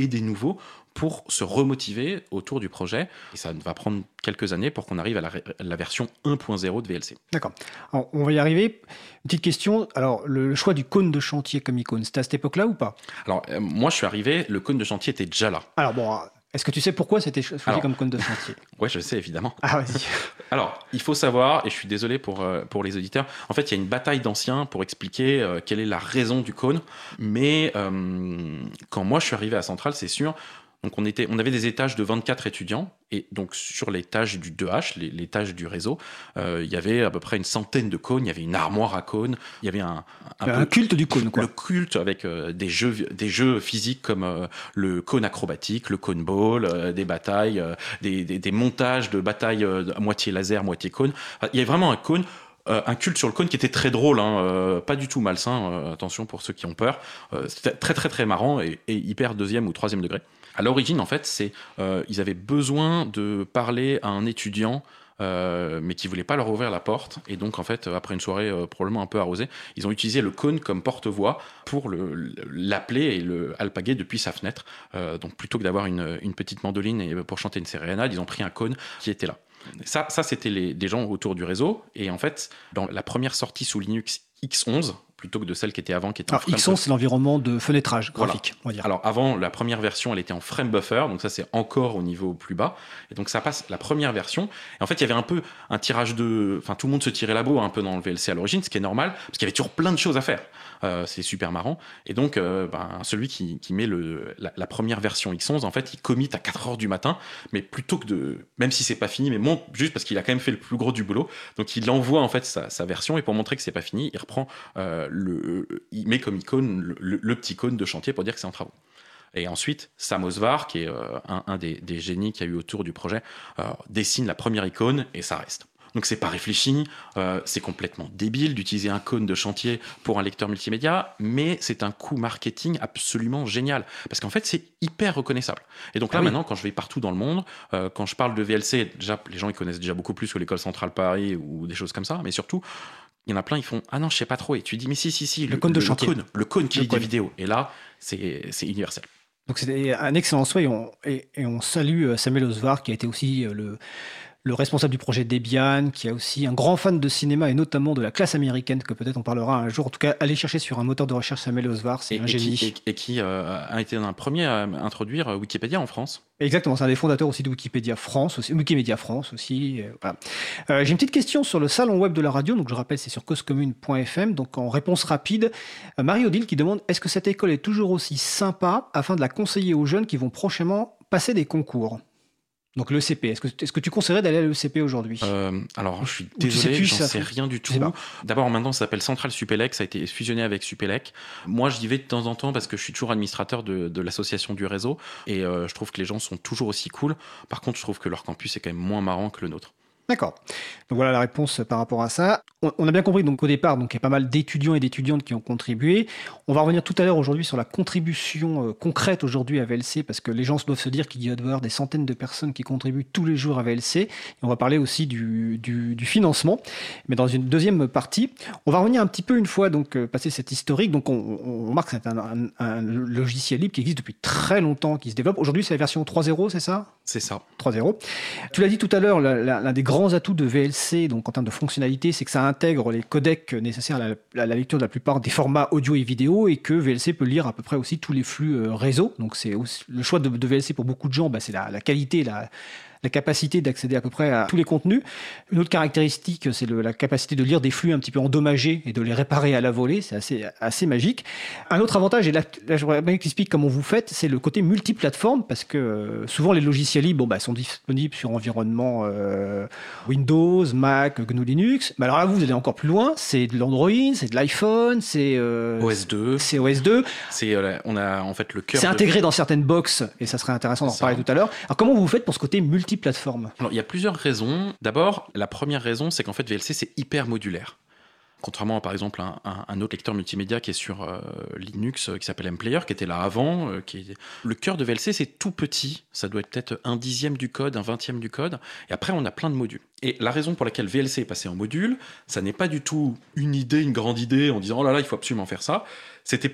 et des nouveaux pour se remotiver autour du projet. Et ça va prendre quelques années pour qu'on arrive à la, à la version un point zéro de V L C. D'accord. Alors, on va y arriver. Une petite question. Alors, le, le choix du cône de chantier comme icône, c'était à cette époque-là ou pas ? Alors, euh, moi, je suis arrivé, le cône de chantier était déjà là. Alors, bon, est-ce que tu sais pourquoi c'était choisi Alors, comme cône de chantier ? Ouais, je sais, évidemment. Ah, vas-y. Alors, il faut savoir, et je suis désolé pour, euh, pour les auditeurs, en fait, il y a une bataille d'anciens pour expliquer euh, quelle est la raison du cône. Mais euh, quand moi, je suis arrivé à Centrale, c'est sûr... Donc on, était, on avait des étages de vingt-quatre étudiants, et donc sur l'étage du deux H, l'étage du réseau, euh, il y avait à peu près une centaine de cônes, il y avait une armoire à cônes, il y avait un, un, un peu, culte du cône, quoi. Le culte avec euh, des, jeux, des jeux physiques comme euh, le cône acrobatique, le cône ball, euh, des batailles, euh, des, des, des montages de batailles euh, à moitié laser, moitié cône. Enfin, il y avait vraiment un cône. Euh, un culte sur le cône qui était très drôle, hein, euh, pas du tout malsain, euh, attention pour ceux qui ont peur. Euh, c'était très très très marrant et, et hyper deuxième ou troisième degré. À l'origine, en fait, c'est euh, ils avaient besoin de parler à un étudiant, euh, mais qui voulait pas leur ouvrir la porte. Et donc, en fait, après une soirée euh, probablement un peu arrosée, ils ont utilisé le cône comme porte-voix pour le, l'appeler et le alpaguer depuis sa fenêtre. Euh, donc, plutôt que d'avoir une, une petite mandoline et pour chanter une sérénade, ils ont pris un cône qui était là. Ça, ça c'était les, des gens autour du réseau. Et en fait, dans la première sortie sous Linux X onze, plutôt que de celle qui était avant, qui était en Alors, X onze, c'est l'environnement de fenêtrage graphique, voilà. On va dire. Alors, avant, la première version, elle était en frame buffer, donc ça, c'est encore au niveau plus bas. Et donc, ça passe la première version. Et en fait, il y avait un peu un tirage de... Enfin, tout le monde se tirait la bourre un peu dans le V L C à l'origine, ce qui est normal, parce qu'il y avait toujours plein de choses à faire. Euh, c'est super marrant. Et donc, euh, ben, celui qui, qui met le, la, la première version X onze, en fait, il commit à quatre heures du matin, mais plutôt que de... Même si c'est pas fini, mais monte juste parce qu'il a quand même fait le plus gros du boulot. Donc, il envoie, en fait, sa, sa version, et pour montrer que c'est pas fini, il reprend euh, le... Il met comme icône le, le, le petit cône de chantier pour dire que c'est en travaux. Et ensuite, Sam Osvar, qui est euh, un, un des, des génies qu'il y a eu autour du projet, euh, dessine la première icône et ça reste. Donc c'est pas réfléchi, euh, c'est complètement débile d'utiliser un cône de chantier pour un lecteur multimédia, mais c'est un coup marketing absolument génial, parce qu'en fait c'est hyper reconnaissable. Et donc là ah oui. Maintenant, quand je vais partout dans le monde, euh, quand je parle de V L C, déjà les gens ils connaissent déjà beaucoup plus que l'école centrale Paris ou des choses comme ça, mais surtout il y en a plein, ils font « Ah non, je sais pas trop ». Et tu dis « Mais si, si, si, le, le cône de chantier. Le cône, le cône qui lit des vidéos. » Et là, c'est, c'est universel. Donc c'était un excellent souhait et on, et, et on salue Samuel Osvar qui a été aussi le... le responsable du projet Debian, qui est aussi un grand fan de cinéma et notamment de la classe américaine, que peut-être on parlera un jour. En tout cas, allez chercher sur un moteur de recherche Samuel Osvar, c'est et, un et génie. Qui, et, et qui euh, a été un premier à introduire Wikipédia en France. Exactement, c'est un des fondateurs aussi de Wikipédia France, aussi, Wikimedia France aussi. Euh, voilà. euh, j'ai une petite question sur le salon web de la radio, donc je rappelle, c'est sur cause commune point f m. Donc en réponse rapide, euh, Marie-Odile qui demande « Est-ce que cette école est toujours aussi sympa afin de la conseiller aux jeunes qui vont prochainement passer des concours ?» Donc l'E C P, est-ce que, est-ce que tu conseillerais d'aller à l'E C P aujourd'hui ? euh, Alors je suis désolé, plus, j'en ça sais fait... rien du tout. D'abord maintenant ça s'appelle Centrale Supélec, ça a été fusionné avec Supélec. Moi j'y vais de temps en temps parce que je suis toujours administrateur de, de l'association du réseau et euh, je trouve que les gens sont toujours aussi cool. Par contre je trouve que leur campus est quand même moins marrant que le nôtre. D'accord. Donc voilà la réponse par rapport à ça. On, on a bien compris donc qu'au départ, donc, il y a pas mal d'étudiants et d'étudiantes qui ont contribué. On va revenir tout à l'heure aujourd'hui sur la contribution euh, concrète aujourd'hui à V L C, parce que les gens doivent se dire qu'il y a d'avoir des centaines de personnes qui contribuent tous les jours à V L C. Et on va parler aussi du, du, du financement. Mais dans une deuxième partie, on va revenir un petit peu une fois donc euh, passer cette historique. Donc on, on remarque que c'est un, un, un logiciel libre qui existe depuis très longtemps, qui se développe. Aujourd'hui, c'est la version trois point zéro, c'est ça ? C'est ça. trois point zéro. Tu l'as dit tout à l'heure, l'un des grands atouts de V L C, donc en termes de fonctionnalité, c'est que ça intègre les codecs nécessaires à la, à la lecture de la plupart des formats audio et vidéo et que V L C peut lire à peu près aussi tous les flux euh, réseau. Donc c'est aussi, le choix de, de V L C pour beaucoup de gens, bah, c'est la, la qualité, la, la capacité d'accéder à peu près à tous les contenus. Une autre caractéristique, c'est le, la capacité de lire des flux un petit peu endommagés et de les réparer à la volée. C'est assez, assez magique. Un autre avantage, et là, là je voudrais bien que tu expliques comment vous faites, c'est le côté multiplateforme, parce que euh, souvent les logiciels libres bon, bah, sont disponibles sur environnement euh, Windows, Mac, G N U Linux. Mais alors là, vous, vous allez encore plus loin. C'est de l'Android, c'est de l'iPhone, c'est euh, O S deux. C'est O S deux. C'est, euh, on a en fait le cœur. C'est de... intégré dans certaines box, et ça serait intéressant d'en parler tout à l'heure. Alors comment vous faites pour ce côté multiplateforme ? Alors, il y a plusieurs raisons. D'abord, la première raison, c'est qu'en fait, V L C, c'est hyper modulaire. Contrairement à, par exemple, un, un, un autre lecteur multimédia qui est sur euh, Linux, euh, qui s'appelle MPlayer, qui était là avant. Euh, qui est... Le cœur de V L C, c'est tout petit. Ça doit être peut-être un dixième du code, un vingtième du code. Et après, on a plein de modules. Et la raison pour laquelle V L C est passé en module, ça n'est pas du tout une idée, une grande idée, en disant « Oh là là, il faut absolument faire ça ». C'était pour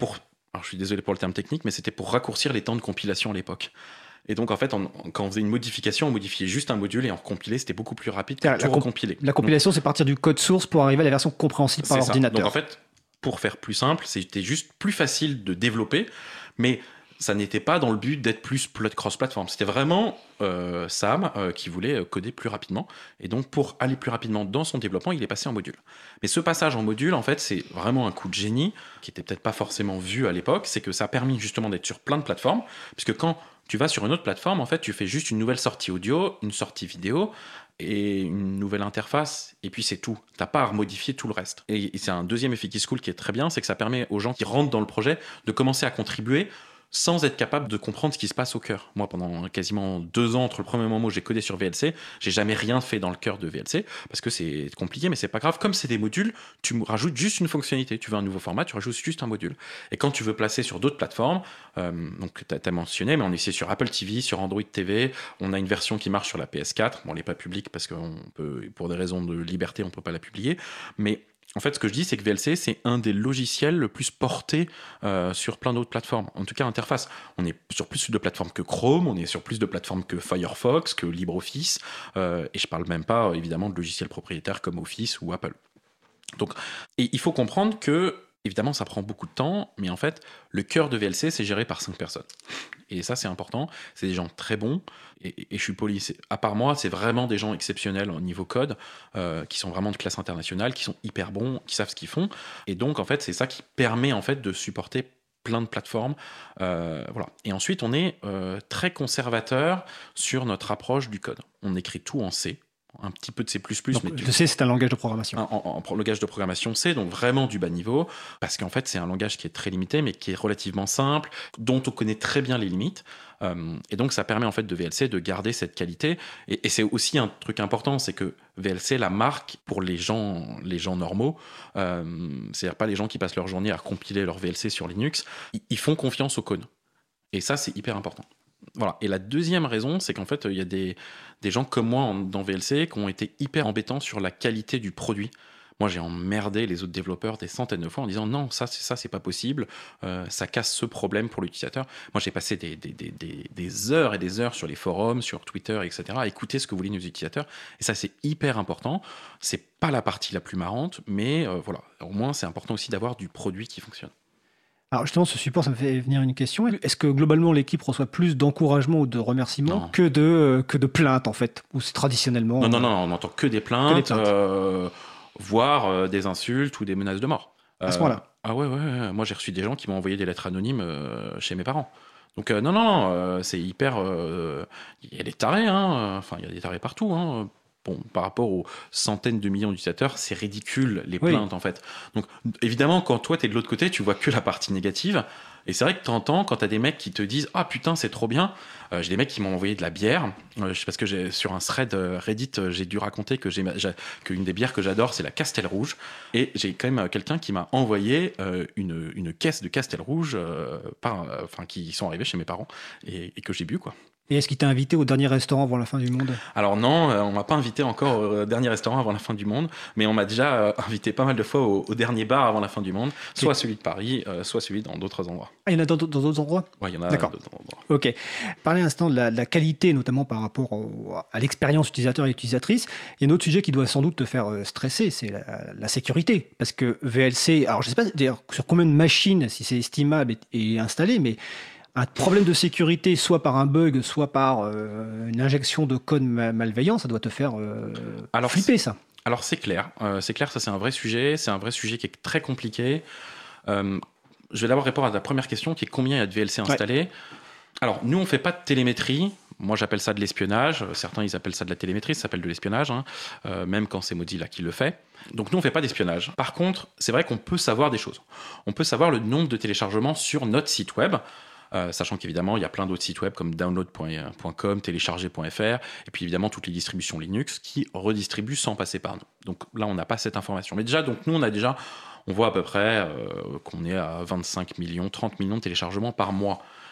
alors je suis désolé pour le terme technique, mais c'était pour raccourcir les temps de compilation à l'époque. Et donc, en fait, on, quand on faisait une modification, on modifiait juste un module et on recompilait, c'était beaucoup plus rapide que la, tout la, recompiler. La compilation, donc, c'est partir du code source pour arriver à la version compréhensible par l'ordinateur. Donc, en fait, pour faire plus simple, c'était juste plus facile de développer, mais ça n'était pas dans le but d'être plus cross-platform. C'était vraiment euh, Sam euh, qui voulait coder plus rapidement. Et donc, pour aller plus rapidement dans son développement, il est passé en module. Mais ce passage en module, en fait, c'est vraiment un coup de génie qui n'était peut-être pas forcément vu à l'époque. C'est que ça a permis justement d'être sur plein de plateformes. Puisque quand tu vas sur une autre plateforme, en fait, tu fais juste une nouvelle sortie audio, une sortie vidéo et une nouvelle interface, et puis c'est tout. T'as pas à remodifier tout le reste. Et, et c'est un deuxième effet qui est cool qui est très bien, c'est que ça permet aux gens qui rentrent dans le projet de commencer à contribuer sans être capable de comprendre ce qui se passe au cœur. Moi, pendant quasiment deux ans, entre le premier moment où j'ai codé sur V L C, j'ai jamais rien fait dans le cœur de V L C, parce que c'est compliqué, mais c'est pas grave. Comme c'est des modules, tu rajoutes juste une fonctionnalité. Tu veux un nouveau format, tu rajoutes juste un module. Et quand tu veux placer sur d'autres plateformes, euh, donc tu as mentionné, mais on est sur Apple T V, sur Android T V, on a une version qui marche sur la P S quatre. Bon, elle n'est pas publique, parce que on peut, pour des raisons de liberté, on peut pas la publier, mais en fait, ce que je dis, c'est que V L C, c'est un des logiciels le plus portés euh, sur plein d'autres plateformes. En tout cas, interface. On est sur plus de plateformes que Chrome, on est sur plus de plateformes que Firefox, que LibreOffice, euh, et je parle même pas, évidemment, de logiciels propriétaires comme Office ou Apple. Donc, et il faut comprendre que, évidemment, ça prend beaucoup de temps, mais en fait, le cœur de V L C, c'est géré par cinq personnes. Et ça, c'est important. C'est des gens très bons. Et, et je suis poli. C'est, à part moi, c'est vraiment des gens exceptionnels au niveau code, euh, qui sont vraiment de classe internationale, qui sont hyper bons, qui savent ce qu'ils font. Et donc, en fait, c'est ça qui permet en fait de supporter plein de plateformes. Euh, voilà. Et ensuite, on est euh, très conservateur sur notre approche du code. On écrit tout en C. Un petit peu de C plus plus. Donc, mais le C, c'est un langage de programmation. En, en, en langage de programmation C, donc vraiment du bas niveau, parce qu'en fait, c'est un langage qui est très limité, mais qui est relativement simple, dont on connaît très bien les limites. Euh, et donc, ça permet en fait de V L C de garder cette qualité. Et, et c'est aussi un truc important, c'est que V L C, la marque pour les gens, les gens normaux, euh, c'est-à-dire pas les gens qui passent leur journée à compiler leur V L C sur Linux, ils, ils font confiance au code. Et ça, c'est hyper important. Voilà. Et la deuxième raison, c'est qu'en fait, il y a des, des gens comme moi en, dans V L C qui ont été hyper embêtants sur la qualité du produit. Moi, j'ai emmerdé les autres développeurs des centaines de fois en disant non, ça, c'est, ça, c'est pas possible, euh, ça casse ce problème pour l'utilisateur. Moi, j'ai passé des, des, des, des, des heures et des heures sur les forums, sur Twitter, et cetera, à écouter ce que voulaient nos utilisateurs. Et ça, c'est hyper important. C'est pas la partie la plus marrante, mais euh, voilà, au moins, c'est important aussi d'avoir du produit qui fonctionne. Alors justement, ce support, ça me fait venir une question. Est-ce que globalement, l'équipe reçoit plus d'encouragement ou de remerciements que de, que de plaintes, en fait, ou c'est traditionnellement... Non, non, non, on n'entend que des plaintes, que des plaintes. Euh, voire euh, des insultes ou des menaces de mort. À ce moment-là. Euh, ah ouais, ouais, ouais, moi j'ai reçu des gens qui m'ont envoyé des lettres anonymes euh, chez mes parents. Donc euh, non, non, non, euh, c'est hyper... Il euh, y a des tarés, hein, enfin il y a des tarés partout, hein. Bon, par rapport aux centaines de millions d'utilisateurs, c'est ridicule les plaintes oui. en fait. Donc évidemment, quand toi t'es de l'autre côté, tu vois que la partie négative. Et c'est vrai que t'entends quand t'as des mecs qui te disent ah putain c'est trop bien. Euh, j'ai des mecs qui m'ont envoyé de la bière euh, parce que j'ai, sur un thread euh, Reddit euh, j'ai dû raconter que j'ai, j'ai qu'une des bières que j'adore c'est la Castel Rouge et j'ai quand même euh, quelqu'un qui m'a envoyé euh, une une caisse de Castel Rouge euh, par enfin euh, qui sont arrivés chez mes parents et, et que j'ai bu quoi. Et est-ce qu'il t'a invité au dernier restaurant avant la fin du monde ? Alors non, euh, on m'a pas invité encore au dernier restaurant avant la fin du monde, mais on m'a déjà euh, invité pas mal de fois au, au dernier bar avant la fin du monde, soit okay. celui de Paris, euh, soit celui dans d'autres endroits. Ah, il y en a dans, dans d'autres endroits ? Oui, il y en a D'accord. dans d'autres endroits. Ok. Parler un instant de la, de la qualité, notamment par rapport au, à l'expérience utilisateur et utilisatrice. Il y a un autre sujet qui doit sans doute te faire stresser, c'est la, la sécurité. Parce que V L C, alors je ne sais pas d'ailleurs sur combien de machines, si c'est estimable et, et installé, mais... un problème de sécurité, soit par un bug, soit par euh, une injection de code ma- malveillant, ça doit te faire euh, alors, flipper, ça. Alors, c'est clair. Euh, c'est clair, ça, c'est un vrai sujet. C'est un vrai sujet qui est très compliqué. Euh, je vais d'abord répondre à ta première question, qui est combien il y a de V L C installés. Ouais. Alors, nous, on ne fait pas de télémétrie. Moi, j'appelle ça de l'espionnage. Certains, ils appellent ça de la télémétrie. Ça s'appelle de l'espionnage, hein, euh, même quand c'est Mozilla qui le fait. Donc, nous, on ne fait pas d'espionnage. Par contre, c'est vrai qu'on peut savoir des choses. On peut savoir le nombre de téléchargements sur notre site web. Euh, sachant qu'évidemment, il y a plein d'autres sites web comme download point com, télécharger point f r, et puis évidemment toutes les distributions Linux qui redistribuent sans passer par nous. Donc là, on n'a pas cette information. Mais déjà, donc nous, on a déjà, on voit à peu près euh, qu'on est à vingt-cinq millions, trente millions de téléchargements par mois.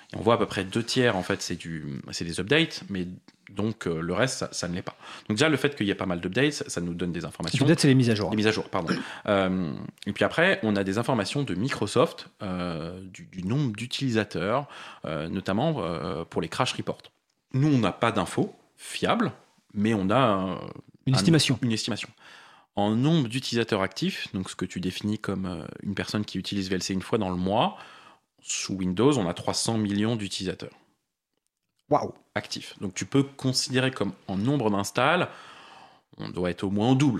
Et on voit à peu près deux tiers, en fait, c'est, du, c'est des updates, mais donc euh, le reste, ça, ça ne l'est pas. Donc déjà, le fait qu'il y ait pas mal d'updates, ça, ça nous donne des informations. Les updates, c'est les mises à jour. Les mises à jour, pardon. euh, et puis après, on a des informations de Microsoft, euh, du, du nombre d'utilisateurs, euh, notamment euh, pour les crash reports. Nous, on n'a pas d'infos fiables, mais on a un, une un, estimation. Une estimation. En nombre d'utilisateurs actifs, donc ce que tu définis comme euh, une personne qui utilise V L C une fois dans le mois, sous Windows, on a trois cents millions d'utilisateurs. Waouh! Actifs. Donc tu peux considérer comme en nombre d'installs, on doit être au moins au double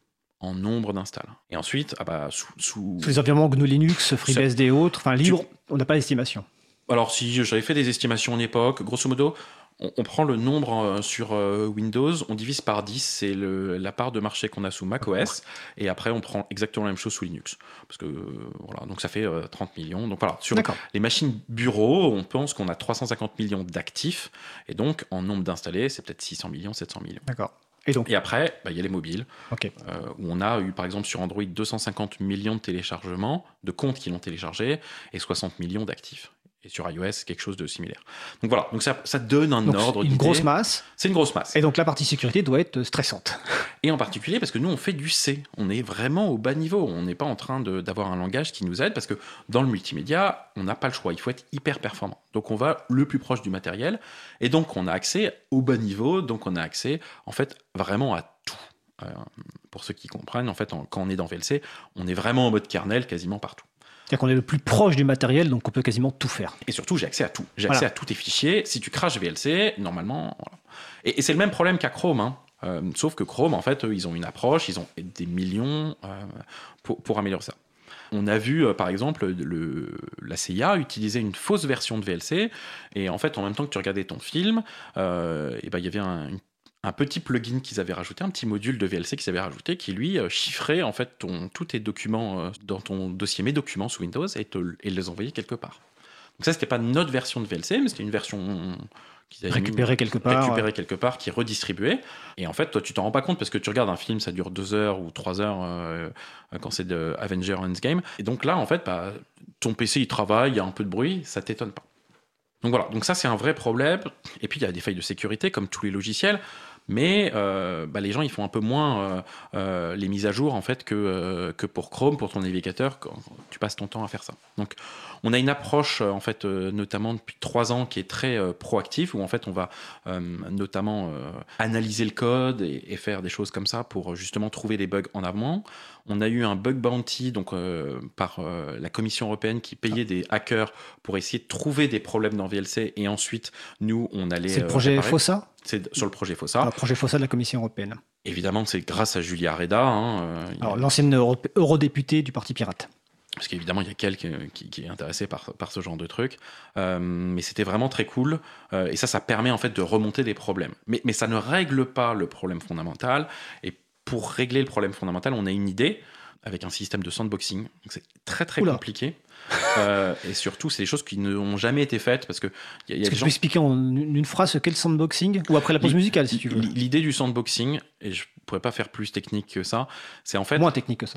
en nombre d'installs. Et ensuite, ah bah, sous, sous... sous les environnements G N U Linux, FreeBSD et autres, enfin libre, tu... on n'a pas d'estimation. Alors si j'avais fait des estimations en époque, grosso modo, on, on prend le nombre euh, sur euh, Windows, on divise par dix, c'est le, la part de marché qu'on a sous macOS, et après on prend exactement la même chose sous Linux. Parce que euh, voilà, donc ça fait euh, trente millions. Donc voilà, sur D'accord. les machines bureaux, on pense qu'on a trois cent cinquante millions d'actifs, et donc en nombre d'installés, c'est peut-être six cents millions, sept cents millions. D'accord. Et donc Et après, bah, y a les mobiles, okay. euh, où on a eu par exemple sur Android deux cent cinquante millions de téléchargements, de comptes qui l'ont téléchargé, et soixante millions d'actifs. Et sur iOS, quelque chose de similaire. Donc voilà, donc ça, ça donne un donc ordre une d'idée. grosse masse. C'est une grosse masse. Et donc la partie sécurité doit être stressante. Et en particulier parce que nous, on fait du C. On est vraiment au bas niveau. On n'est pas en train de, d'avoir un langage qui nous aide parce que dans le multimédia, on n'a pas le choix. Il faut être hyper performant. Donc on va le plus proche du matériel. Et donc on a accès au bas niveau. Donc on a accès, en fait, vraiment à tout. Euh, pour ceux qui comprennent, en fait, en, quand on est dans V L C, on est vraiment en mode kernel quasiment partout. C'est-à-dire qu'on est le plus proche du matériel, donc on peut quasiment tout faire. Et surtout, j'ai accès à tout. J'ai accès voilà. à tous tes fichiers. Si tu crashes V L C, normalement... Voilà. Et, et c'est le même problème qu'à Chrome. Hein. Euh, sauf que Chrome, en fait, eux, ils ont une approche, ils ont des millions euh, pour, pour améliorer ça. On a vu, euh, par exemple, le, la C I A utiliser une fausse version de V L C. Et en fait, en même temps que tu regardais ton film, euh, et ben, il y avait un, une un petit plugin qu'ils avaient rajouté, un petit module de V L C qu'ils avaient rajouté, qui lui euh, chiffrait en fait ton, tous tes documents euh, dans ton dossier Mes documents sous Windows et, te, et les envoyait quelque part. Donc ça, c'était pas notre version de V L C, mais c'était une version qu'ils avaient récupérée quelque part, récupérée ouais. quelque part, qui redistribuait. Et en fait, toi, tu t'en rends pas compte parce que tu regardes un film, ça dure deux heures ou trois heures euh, quand c'est de Avengers Endgame. Et donc là, en fait, bah, ton P C il travaille, il y a un peu de bruit, ça t'étonne pas. Donc voilà, donc ça c'est un vrai problème. Et puis il y a des failles de sécurité comme tous les logiciels. Mais euh, bah, les gens ils font un peu moins euh, euh, les mises à jour en fait que, euh, que pour Chrome, pour ton navigateur, quand tu passes ton temps à faire ça. Donc on a une approche en fait euh, notamment depuis trois ans qui est très euh, proactive, où en fait on va euh, notamment euh, analyser le code et, et faire des choses comme ça pour justement trouver des bugs en amont. On a eu un bug bounty donc euh, par euh, la Commission européenne qui payait des hackers pour essayer de trouver des problèmes dans V L C, et ensuite nous on allait. C'est le projet réparer. FOSSA. C'est sur le projet FOSSA. Le projet FOSSA de la Commission européenne. Évidemment, c'est grâce à Julia Reda. Hein, euh, Alors, a... l'ancienne euro- eurodéputée du Parti Pirate. Parce qu'évidemment, il y a quelqu'un qui, qui est intéressé par, par ce genre de truc. Euh, mais c'était vraiment très cool. Euh, et ça, ça permet en fait de remonter des problèmes. Mais, mais ça ne règle pas le problème fondamental. Et pour régler le problème fondamental, on a une idée avec un système de sandboxing. Donc, c'est très, très Oula. compliqué. euh, et surtout, c'est des choses qui n'ont jamais été faites parce que y a, y a Est-ce que gens... tu peux expliquer en une phrase quel sandboxing, ou après la pause musicale si tu veux. L'idée du sandboxing, et je pourrais pas faire plus technique que ça, c'est en fait moins technique que ça.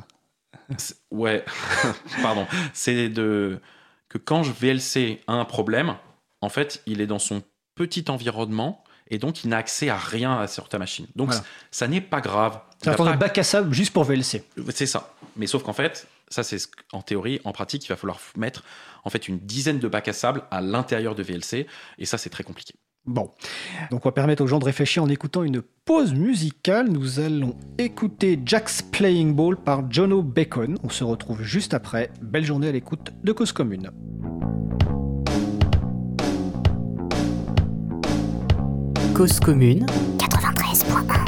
Ouais, pardon. C'est de que quand V L C a un problème, en fait, il est dans son petit environnement et donc il n'a accès à rien sur ta machine. Donc voilà. ça n'est pas grave. C'est un temps de bac à sable juste pour V L C. C'est ça. Mais sauf qu'en fait, ça c'est en théorie, en pratique, il va falloir mettre en fait une dizaine de bacs à sable à l'intérieur de V L C, et ça c'est très compliqué. Bon, donc on va permettre aux gens de réfléchir en écoutant une pause musicale. Nous allons écouter Jack's Playing Ball par Jono Bacon. On se retrouve juste après. Belle journée à l'écoute de Cause Commune. Cause Commune quatre-vingt-treize point un.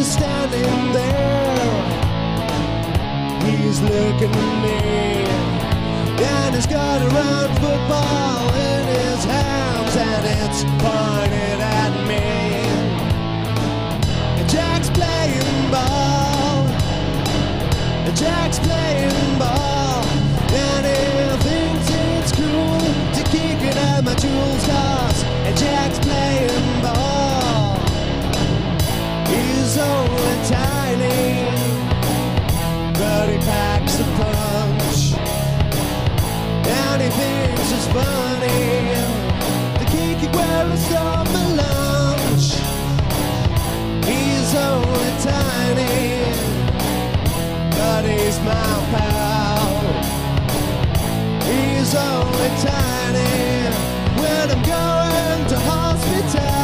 He's standing there, he's looking at me, and he's got a round football in his hands, and it's pointed at me. And Jack's playing ball, and Jack's playing ball, and he thinks it's cool to kick it at my jewel stars. And Jack's playing ball, he's only tiny, but he packs a punch, and he thinks it's funny to kick it where it's on my lunch. He's only tiny, but he's my pal. He's only tiny when I'm going to hospital.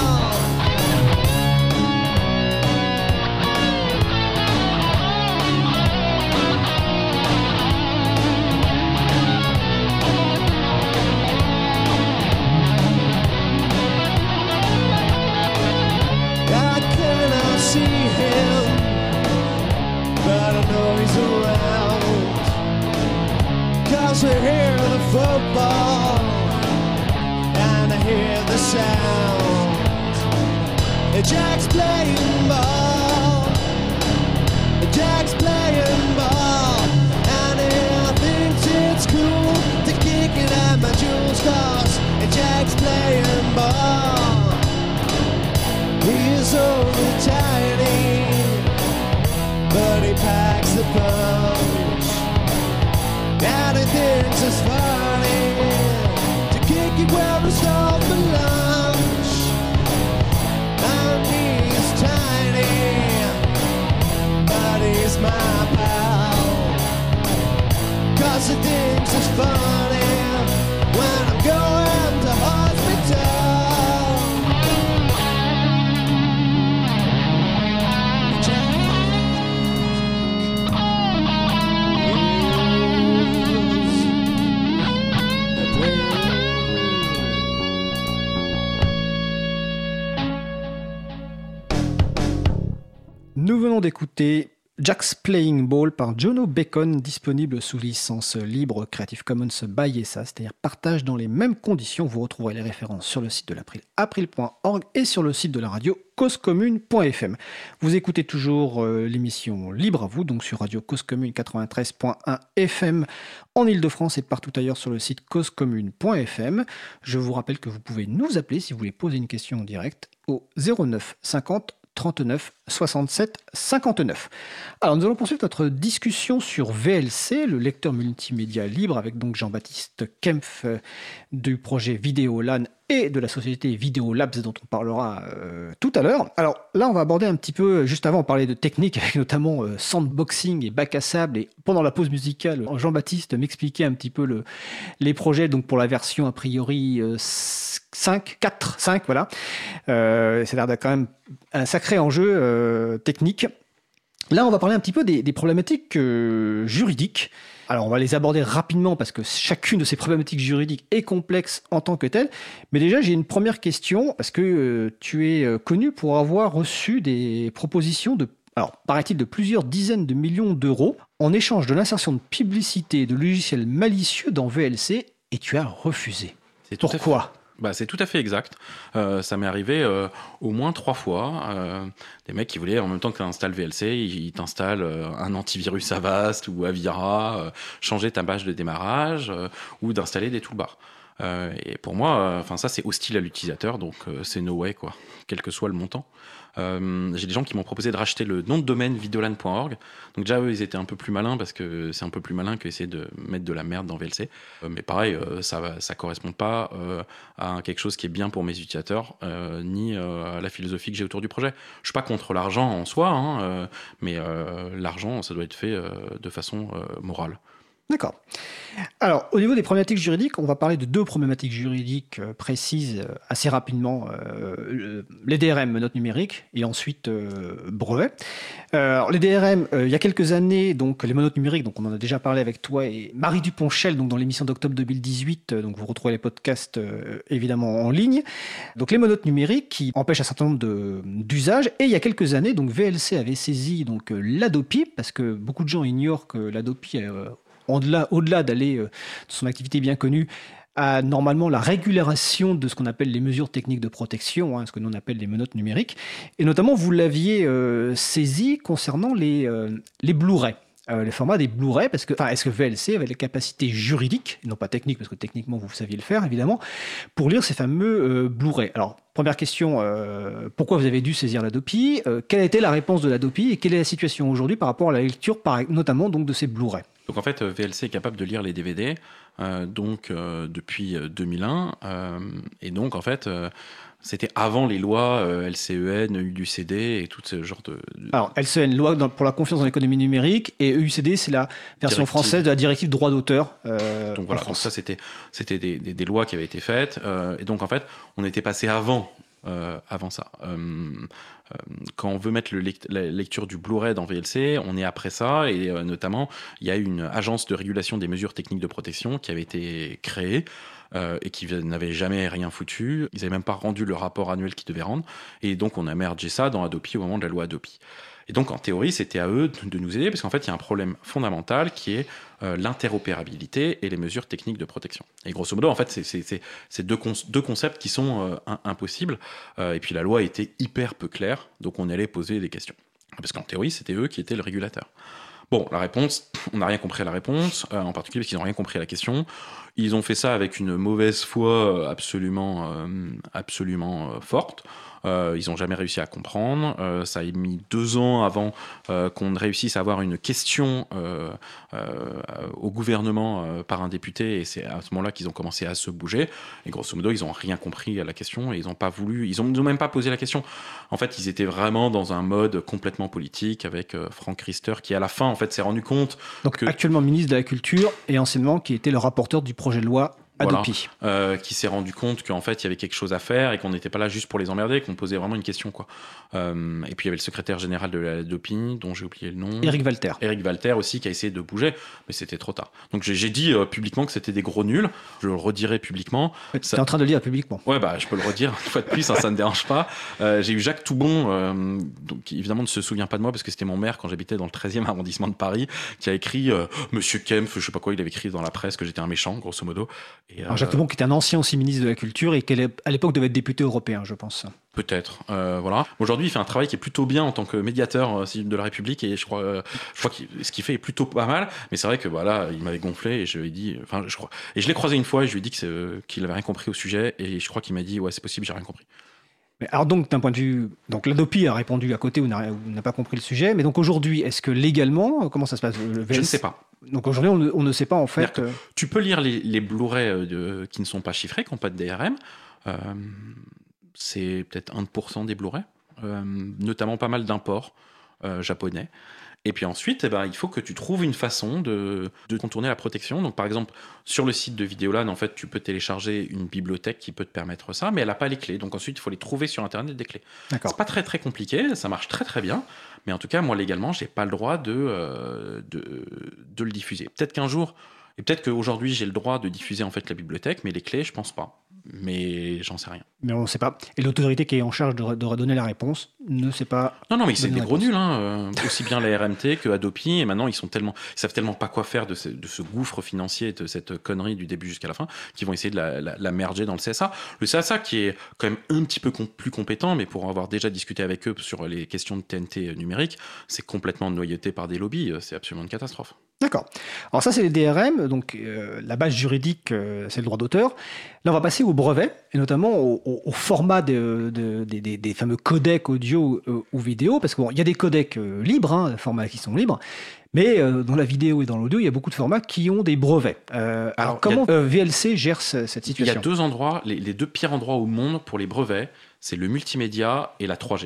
I cannot see him, but I know he's around, 'cause I hear the football and I hear the sound. And Jack's playing ball, and Jack's playing ball, and he thinks it's cool to kick it at my jewel stars. And Jack's playing ball, he's only tiny, but he packs the punch, and he thinks it's funny to kick it where it's all for lunch. And he's tiny, but he's my pal, 'cause he thinks it's funny when I'm going to hospital. Nous venons d'écouter Jack's Playing Ball par Jono Bacon, disponible sous licence libre Creative Commons by S A, c'est-à-dire partage dans les mêmes conditions. Vous retrouverez les références sur le site de l'April, april point org, et sur le site de la radio cause commune point f m. Vous écoutez toujours euh, l'émission Libre à vous, donc sur Radio Cause Commune quatre-vingt-treize point un F M en Ile-de-France et partout ailleurs sur le site cause commune point f m. Je vous rappelle que vous pouvez nous appeler si vous voulez poser une question en direct au zéro neuf cinquante trente-neuf soixante-sept cinquante-neuf. Alors nous allons poursuivre notre discussion sur V L C, le lecteur multimédia libre, avec donc Jean-Baptiste Kempf euh, du projet Vidéolan et de la société Vidéolabs dont on parlera euh, tout à l'heure. Alors là on va aborder un petit peu, juste avant on parlait de technique avec notamment euh, sandboxing et bac à sable, et pendant la pause musicale Jean-Baptiste m'expliquait un petit peu le, les projets donc pour la version a priori euh, cinq, quatre, cinq, voilà. Euh, ça a l'air d'être quand même un sacré enjeu euh, technique. Là, on va parler un petit peu des, des problématiques euh, juridiques. Alors, on va les aborder rapidement parce que chacune de ces problématiques juridiques est complexe en tant que telle. Mais déjà, j'ai une première question, parce que euh, tu es euh, connu pour avoir reçu des propositions de, alors, paraît-il, de plusieurs dizaines de millions d'euros en échange de l'insertion de publicité de logiciels malicieux dans V L C, et tu as refusé. C'est tout Pourquoi ? à fait... Bah, c'est tout à fait exact. Euh, ça m'est arrivé euh, au moins trois fois. Euh, des mecs qui voulaient, en même temps que tu installes V L C, ils, ils t'installent euh, un antivirus Avast ou Avira, euh, changer ta page de démarrage euh, ou d'installer des toolbars. Euh, et pour moi, enfin euh, ça c'est hostile à l'utilisateur, donc euh, c'est no way quoi, quel que soit le montant. Euh, j'ai des gens qui m'ont proposé de racheter le nom de domaine vidéolan point org. Donc déjà eux ils étaient un peu plus malins parce que c'est un peu plus malin qu'essayer de mettre de la merde dans V L C. Euh, mais pareil, euh, ça ça correspond pas euh, à quelque chose qui est bien pour mes utilisateurs euh, ni euh, à la philosophie que j'ai autour du projet. Je suis pas contre l'argent en soi, hein, euh, mais euh, l'argent ça doit être fait euh, de façon euh, morale. D'accord. Alors, au niveau des problématiques juridiques, on va parler de deux problématiques juridiques euh, précises euh, assez rapidement. Euh, le- les D R M, notes numériques, et ensuite euh, brevets. Euh, alors, les D R M, euh, il y a quelques années, donc les monotes numériques, donc on en a déjà parlé avec toi et Marie Duponchel, donc dans l'émission d'octobre deux mille dix-huit, euh, donc vous retrouvez les podcasts euh, évidemment en ligne. Donc les monotes numériques qui empêchent un certain nombre de- d'usages. Et il y a quelques années, donc V L C avait saisi donc euh, l'Adopi, parce que beaucoup de gens ignorent que l'Adopi euh, au-delà, au-delà d'aller euh, de son activité bien connue, à normalement la régulation de ce qu'on appelle les mesures techniques de protection, hein, ce que nous on appelle les menottes numériques. Et notamment, vous l'aviez euh, saisi concernant les, euh, les Blu-ray. Euh, les formats des Blu-ray, parce que, enfin, est-ce que V L C avait les capacités juridiques, et non pas techniques, parce que techniquement vous saviez le faire évidemment, pour lire ces fameux euh, Blu-ray. Alors, première question, euh, pourquoi vous avez dû saisir l'Adopi euh, Quelle a été la réponse de l'Adopi et quelle est la situation aujourd'hui par rapport à la lecture, par, notamment donc, de ces Blu-ray? Donc en fait, V L C est capable de lire les D V D euh, donc, euh, depuis euh, deux mille un. Euh, et donc, en fait, euh, c'était avant les lois euh, L C E N, E U C D et tout ce genre de... de- Alors, L C E N, loi dans- pour la confiance dans l'économie numérique, et E U C D, c'est la version Directive. française de la directive droit d'auteur euh, donc en voilà, donc France. ça c'était, c'était des, des- des lois qui avaient été faites. euh, et donc en fait, on était passé avant, euh, avant ça. Euh, euh, quand on veut mettre le lect- la lecture du Blu-ray dans V L C, on est après ça. Et euh, notamment, il y a une agence de régulation des mesures techniques de protection qui avait été créée. euh, et qui n'avaient jamais rien foutu. Ils n'avaient même pas rendu le rapport annuel qu'ils devaient rendre. Et donc, on a mergé ça dans Adopi au moment de la loi Adopi. Et donc, en théorie, c'était à eux de nous aider, parce qu'en fait, il y a un problème fondamental qui est euh, l'interopérabilité et les mesures techniques de protection. Et grosso modo, en fait, c'est, c'est, c'est, c'est deux, con- deux concepts qui sont euh, un- impossibles. Euh, et puis, la loi était hyper peu claire, donc on allait poser des questions. Parce qu'en théorie, c'était eux qui étaient le régulateur. Bon, la réponse, on n'a rien compris à la réponse, euh, en particulier parce qu'ils n'ont rien compris à la question. Ils ont fait ça avec une mauvaise foi absolument, euh, absolument euh, forte. Euh, ils n'ont jamais réussi à comprendre. Euh, ça a mis deux ans avant euh, qu'on réussisse à avoir une question euh, euh, au gouvernement euh, par un député, et c'est à ce moment-là qu'ils ont commencé à se bouger. Et grosso modo, ils n'ont rien compris à la question et ils n'ont pas voulu. Ils n'ont même pas posé la question. En fait, ils étaient vraiment dans un mode complètement politique avec euh, Franck Riester qui, à la fin, en fait, s'est rendu compte Donc, que- actuellement ministre de la Culture et anciennement qui était le rapporteur du projet de loi Voilà. Adopi. Euh, qui s'est rendu compte qu'en fait il y avait quelque chose à faire et qu'on n'était pas là juste pour les emmerder, qu'on posait vraiment une question, quoi. Euh, et puis il y avait le secrétaire général de la Adopi, dont j'ai oublié le nom. Éric Walter. Eric Walter aussi, qui a essayé de bouger, mais c'était trop tard. Donc j'ai, j'ai dit euh, publiquement que c'était des gros nuls. Je le redirai publiquement. Tu Ça- es en train de le dire publiquement. Ouais, bah, je peux le redire une fois de plus, hein, ça ne dérange pas. Euh, j'ai eu Jacques Toubon, euh, donc, qui évidemment ne se souvient pas de moi parce que c'était mon maire quand j'habitais dans le treizième arrondissement de Paris, qui a écrit euh, Monsieur Kempf, je sais pas quoi, il avait écrit dans la presse que j'étais un méchant, grosso modo. Et, Alors, euh, Jacques Toubon, qui était un ancien aussi ministre de la Culture et qui, à l'époque, devait être député européen, je pense. Peut-être, euh, voilà. Aujourd'hui, il fait un travail qui est plutôt bien en tant que médiateur euh, de la République, et je crois, euh, je crois que ce qu'il fait est plutôt pas mal. Mais c'est vrai que voilà, il m'avait gonflé et je lui ai dit, enfin, je crois, et je l'ai croisé une fois et je lui ai dit que c'est, euh, qu'il avait rien compris au sujet, et je crois qu'il m'a dit ouais, c'est possible, j'ai rien compris. Mais alors donc, d'un point de vue... Donc l'Adopi a répondu à côté ou n'a, ou n'a pas compris le sujet. Mais donc aujourd'hui, est-ce que légalement, comment ça se passe le V L C? Je ne sais pas. Donc aujourd'hui, on ne, on ne sait pas en fait... C'est-à-dire euh, Tu peux lire les, les Blu-ray euh, de- qui ne sont pas chiffrés, qui n'ont pas de D R M. Euh, c'est peut-être un pour cent des Blu-ray, euh, notamment pas mal d'imports euh, japonais. Et puis ensuite, eh ben, il faut que tu trouves une façon de, de contourner la protection. Donc, par exemple, sur le site de Vidéolan, en fait, tu peux télécharger une bibliothèque qui peut te permettre ça, mais elle n'a pas les clés. Donc ensuite, il faut les trouver sur Internet, des clés. D'accord. C'est pas très très compliqué, ça marche très très bien. Mais en tout cas, moi, légalement, j'ai pas le droit de, euh, de, de le diffuser. Peut-être qu'un jour, et peut-être qu'aujourd'hui, j'ai le droit de diffuser en fait la bibliothèque, mais les clés, je pense pas. Mais j'en sais rien. Mais on ne sait pas. Et l'autorité qui est en charge de, de redonner la réponse ne sait pas... Non, non, mais c'est Donne des une gros réponse. nuls, hein. euh, aussi bien la R M T que Adopi, et maintenant ils sont tellement, ils savent tellement pas quoi faire de ce, de ce gouffre financier, de cette connerie du début jusqu'à la fin, qu'ils vont essayer de la, la, la merger dans le C S A. Le C S A qui est quand même un petit peu com- plus compétent, mais pour avoir déjà discuté avec eux sur les questions de T N T numérique, c'est complètement noyauté par des lobbies, euh, c'est absolument une catastrophe. D'accord. Alors ça, c'est les D R M. Donc euh, la base juridique, euh, c'est le droit d'auteur. Là, on va passer au brevet, et notamment au, au- au format de, de- des- des, des fameux codecs audio euh, ou vidéo, parce qu'il bon, y a des codecs euh, libres, hein, formats qui sont libres, mais euh, dans la vidéo et dans l'audio, il y a beaucoup de formats qui ont des brevets. Euh, alors, Alors, comment il y euh, V L C gère ce- cette Il y situation? a deux endroits, les, les deux pires endroits au monde pour les brevets, c'est le multimédia et la trois G.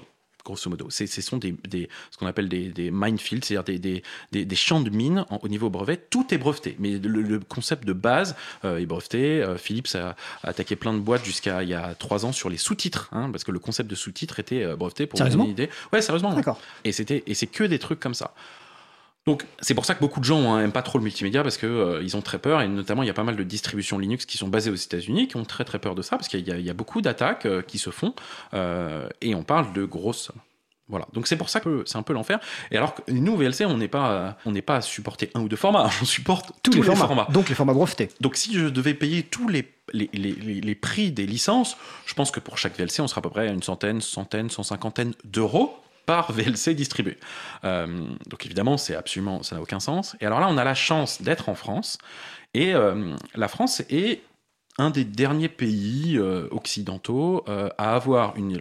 grosso modo. C'est, ce sont des, des, ce qu'on appelle des, des minefields, c'est-à-dire des, des, des, des champs de mines en, au niveau brevet. Tout est breveté, mais le, le concept de base euh, est breveté. Euh, Philips a, a attaqué plein de boîtes jusqu'à il y a trois ans sur les sous-titres, hein, parce que le concept de sous-titres était euh, breveté pour sérieusement une idée. Ouais, sérieusement. D'accord. Ouais. Et, c'était, et c'est que des trucs comme ça. Donc, c'est pour ça que beaucoup de gens n'aiment hein, pas trop le multimédia parce qu'ils euh, ont très peur, et notamment il y a pas mal de distributions Linux qui sont basées aux États-Unis qui ont très très peur de ça parce qu'il y a, il y a beaucoup d'attaques euh, qui se font euh, et on parle de grosses sommes. Voilà, donc c'est pour ça que c'est un peu l'enfer. Et alors que nous, V L C, on n'est pas, on n'est pas à supporter un ou deux formats, on supporte tous, tous les, les formats. formats. Donc les formats brevetés. Donc si je devais payer tous les, les, les, les, les prix des licences, je pense que pour chaque V L C, on sera à peu près à une centaine, centaine, cent cinquantaine d'euros par V L C distribué. Euh, donc évidemment, c'est absolument, ça n'a aucun sens. Et alors là, on a la chance d'être en France. Et euh, la France est un des derniers pays euh, occidentaux euh, à avoir une,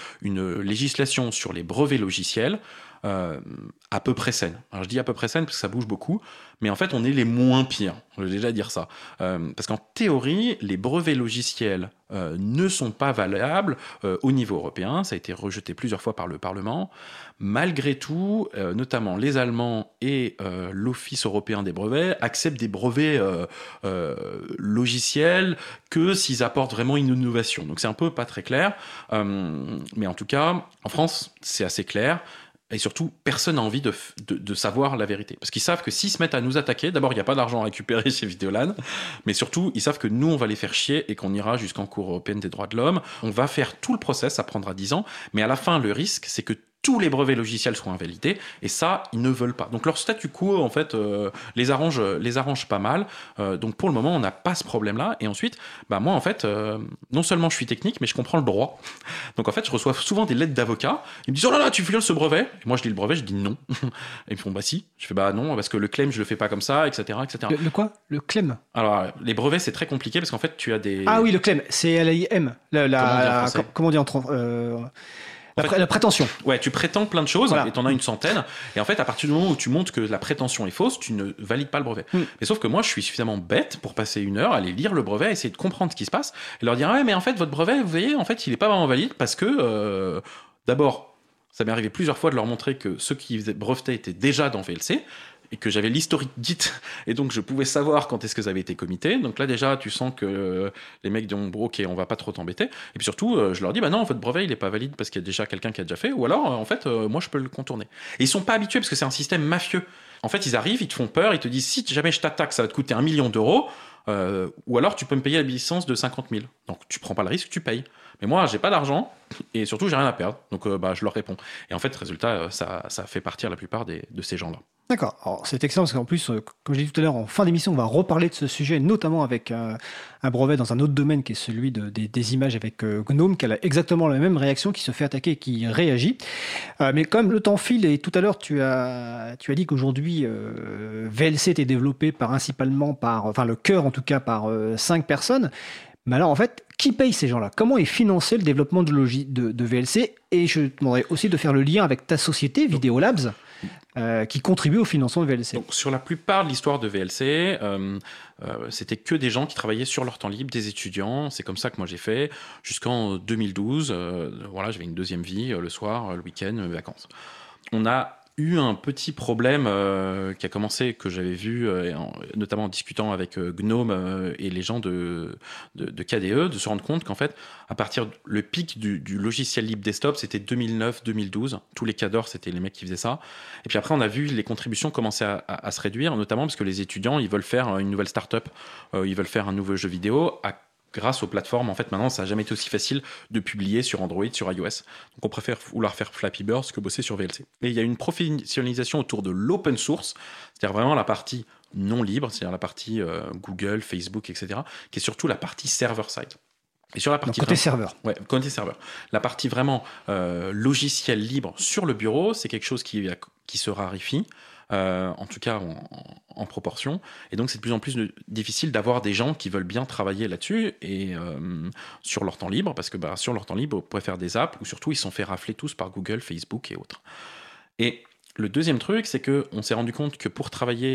une législation sur les brevets logiciels euh, à peu près saine. Alors je dis à peu près saine parce que ça bouge beaucoup, mais en fait on est les moins pires, je vais déjà dire ça. Euh, parce qu'en théorie, les brevets logiciels euh, ne sont pas valables euh, au niveau européen, ça a été rejeté plusieurs fois par le Parlement. Malgré tout, euh, notamment les Allemands et euh, l'Office européen des brevets acceptent des brevets euh, euh, logiciels que s'ils apportent vraiment une innovation. Donc c'est un peu pas très clair, euh, mais en tout cas, en France, c'est assez clair. Et surtout, personne n'a envie de, de, de savoir la vérité. Parce qu'ils savent que s'ils se mettent à nous attaquer, d'abord, il n'y a pas d'argent à récupérer chez Vidéolan, mais surtout, ils savent que nous, on va les faire chier et qu'on ira jusqu'en Cour européenne des droits de l'homme. On va faire tout le process, ça prendra dix ans, mais à la fin, le risque, c'est que tous les brevets logiciels soient invalidés, et ça, ils ne veulent pas. Donc leur statu quo, en fait, euh, les, arrange, les arrange pas mal. Euh, donc pour le moment, on n'a pas ce problème-là. Et ensuite, bah, moi, en fait, euh, non seulement je suis technique, mais je comprends le droit. Donc en fait, je reçois souvent des lettres d'avocats. Ils me disent « Oh là là, tu violes ce brevet ?» Et moi, je dis le brevet, je dis non. Et ils me font « Bah si ». Je fais « Bah non, parce que le claim, je le fais pas comme ça, et cetera et cetera » Le, le quoi ? Le claim ? Alors, les brevets, c'est très compliqué, parce qu'en fait, tu as des... Ah oui, le claim, c'est L I M. La, la, comment on dit en français ? Comment on dit en français euh... La, pré- la prétention. Ouais, tu prétends plein de choses, voilà. Et tu en as une centaine. Et en fait, à partir du moment où tu montres que la prétention est fausse, tu ne valides pas le brevet. Mm. Mais sauf que moi, je suis suffisamment bête pour passer une heure, aller lire le brevet, essayer de comprendre ce qui se passe, et leur dire, ah ouais, mais en fait, votre brevet, vous voyez, en fait, il n'est pas vraiment valide parce que, euh, d'abord, ça m'est arrivé plusieurs fois de leur montrer que ceux qui brevetaient étaient déjà dans V L C, et que j'avais l'historique Git, et donc je pouvais savoir quand est-ce que ça avait été commité. Donc là, déjà, tu sens que euh, les mecs disent, bon, ok, on va pas trop t'embêter. Et puis surtout, euh, je leur dis, bah non, votre brevet, il est pas valide parce qu'il y a déjà quelqu'un qui a déjà fait, ou alors, euh, en fait, euh, moi, je peux le contourner. Et ils sont pas habitués parce que c'est un système mafieux. En fait, ils arrivent, ils te font peur, ils te disent, si jamais je t'attaque, ça va te coûter un million d'euros, euh, ou alors tu peux me payer la licence de cinquante mille. Donc tu prends pas le risque, tu payes. Mais moi, j'ai pas d'argent, et surtout, j'ai rien à perdre. Donc euh, bah, je leur réponds. Et en fait, résultat, ça, ça fait partir la plupart des, de ces gens-là. D'accord, alors, c'est excellent parce qu'en plus, euh, comme je l'ai dit tout à l'heure, en fin d'émission, on va reparler de ce sujet, notamment avec euh, un brevet dans un autre domaine qui est celui de, des, des images avec euh, Gnome, qui a exactement la même réaction, qui se fait attaquer et qui réagit. Euh, mais comme le temps file, et tout à l'heure, tu as, tu as dit qu'aujourd'hui, euh, V L C était développé principalement par, enfin le cœur en tout cas, par euh, cinq personnes. Mais alors en fait, qui paye ces gens-là ? Comment est financé le développement de, logi- de, de V L C ? Et je te demanderais aussi de faire le lien avec ta société, Video Labs, euh, qui contribue au financement de V L C. Donc, sur la plupart de l'histoire de V L C, euh, euh, c'était que des gens qui travaillaient sur leur temps libre, des étudiants. C'est comme ça que moi j'ai fait jusqu'en deux mille douze. Euh, voilà, j'avais une deuxième vie, euh, le soir, le week-end, mes vacances. On a eu un petit problème euh, qui a commencé, que j'avais vu, euh, en, notamment en discutant avec euh, Gnome euh, et les gens de, de, de K D E, de se rendre compte qu'en fait, à partir le pic du, du logiciel libre desktop, c'était deux mille neuf deux mille douze. Tous les cadors, c'était les mecs qui faisaient ça. Et puis après, on a vu les contributions commencer à, à, à se réduire, notamment parce que les étudiants, ils veulent faire une nouvelle start-up, euh, ils veulent faire un nouveau jeu vidéo à grâce aux plateformes. En fait, maintenant, ça n'a jamais été aussi facile de publier sur Android, sur iOS. Donc, on préfère vouloir faire Flappy Bird que bosser sur V L C. Et il y a une professionnalisation autour de l'open source, c'est-à-dire vraiment la partie non libre, c'est-à-dire la partie euh, Google, Facebook, et cetera, qui est surtout la partie server-side. Et sur la partie Donc, côté vraiment, serveur. Ouais, côté serveur. La partie vraiment euh, logiciel libre sur le bureau, c'est quelque chose qui, qui se raréfie. Euh, en tout cas en, en, en proportion, et donc c'est de plus en plus de, difficile d'avoir des gens qui veulent bien travailler là-dessus et euh, sur leur temps libre, parce que bah, sur leur temps libre, vous pouvez faire des apps où surtout ils sont fait rafler tous par Google, Facebook et autres. Et le deuxième truc, c'est qu'on s'est rendu compte que pour travailler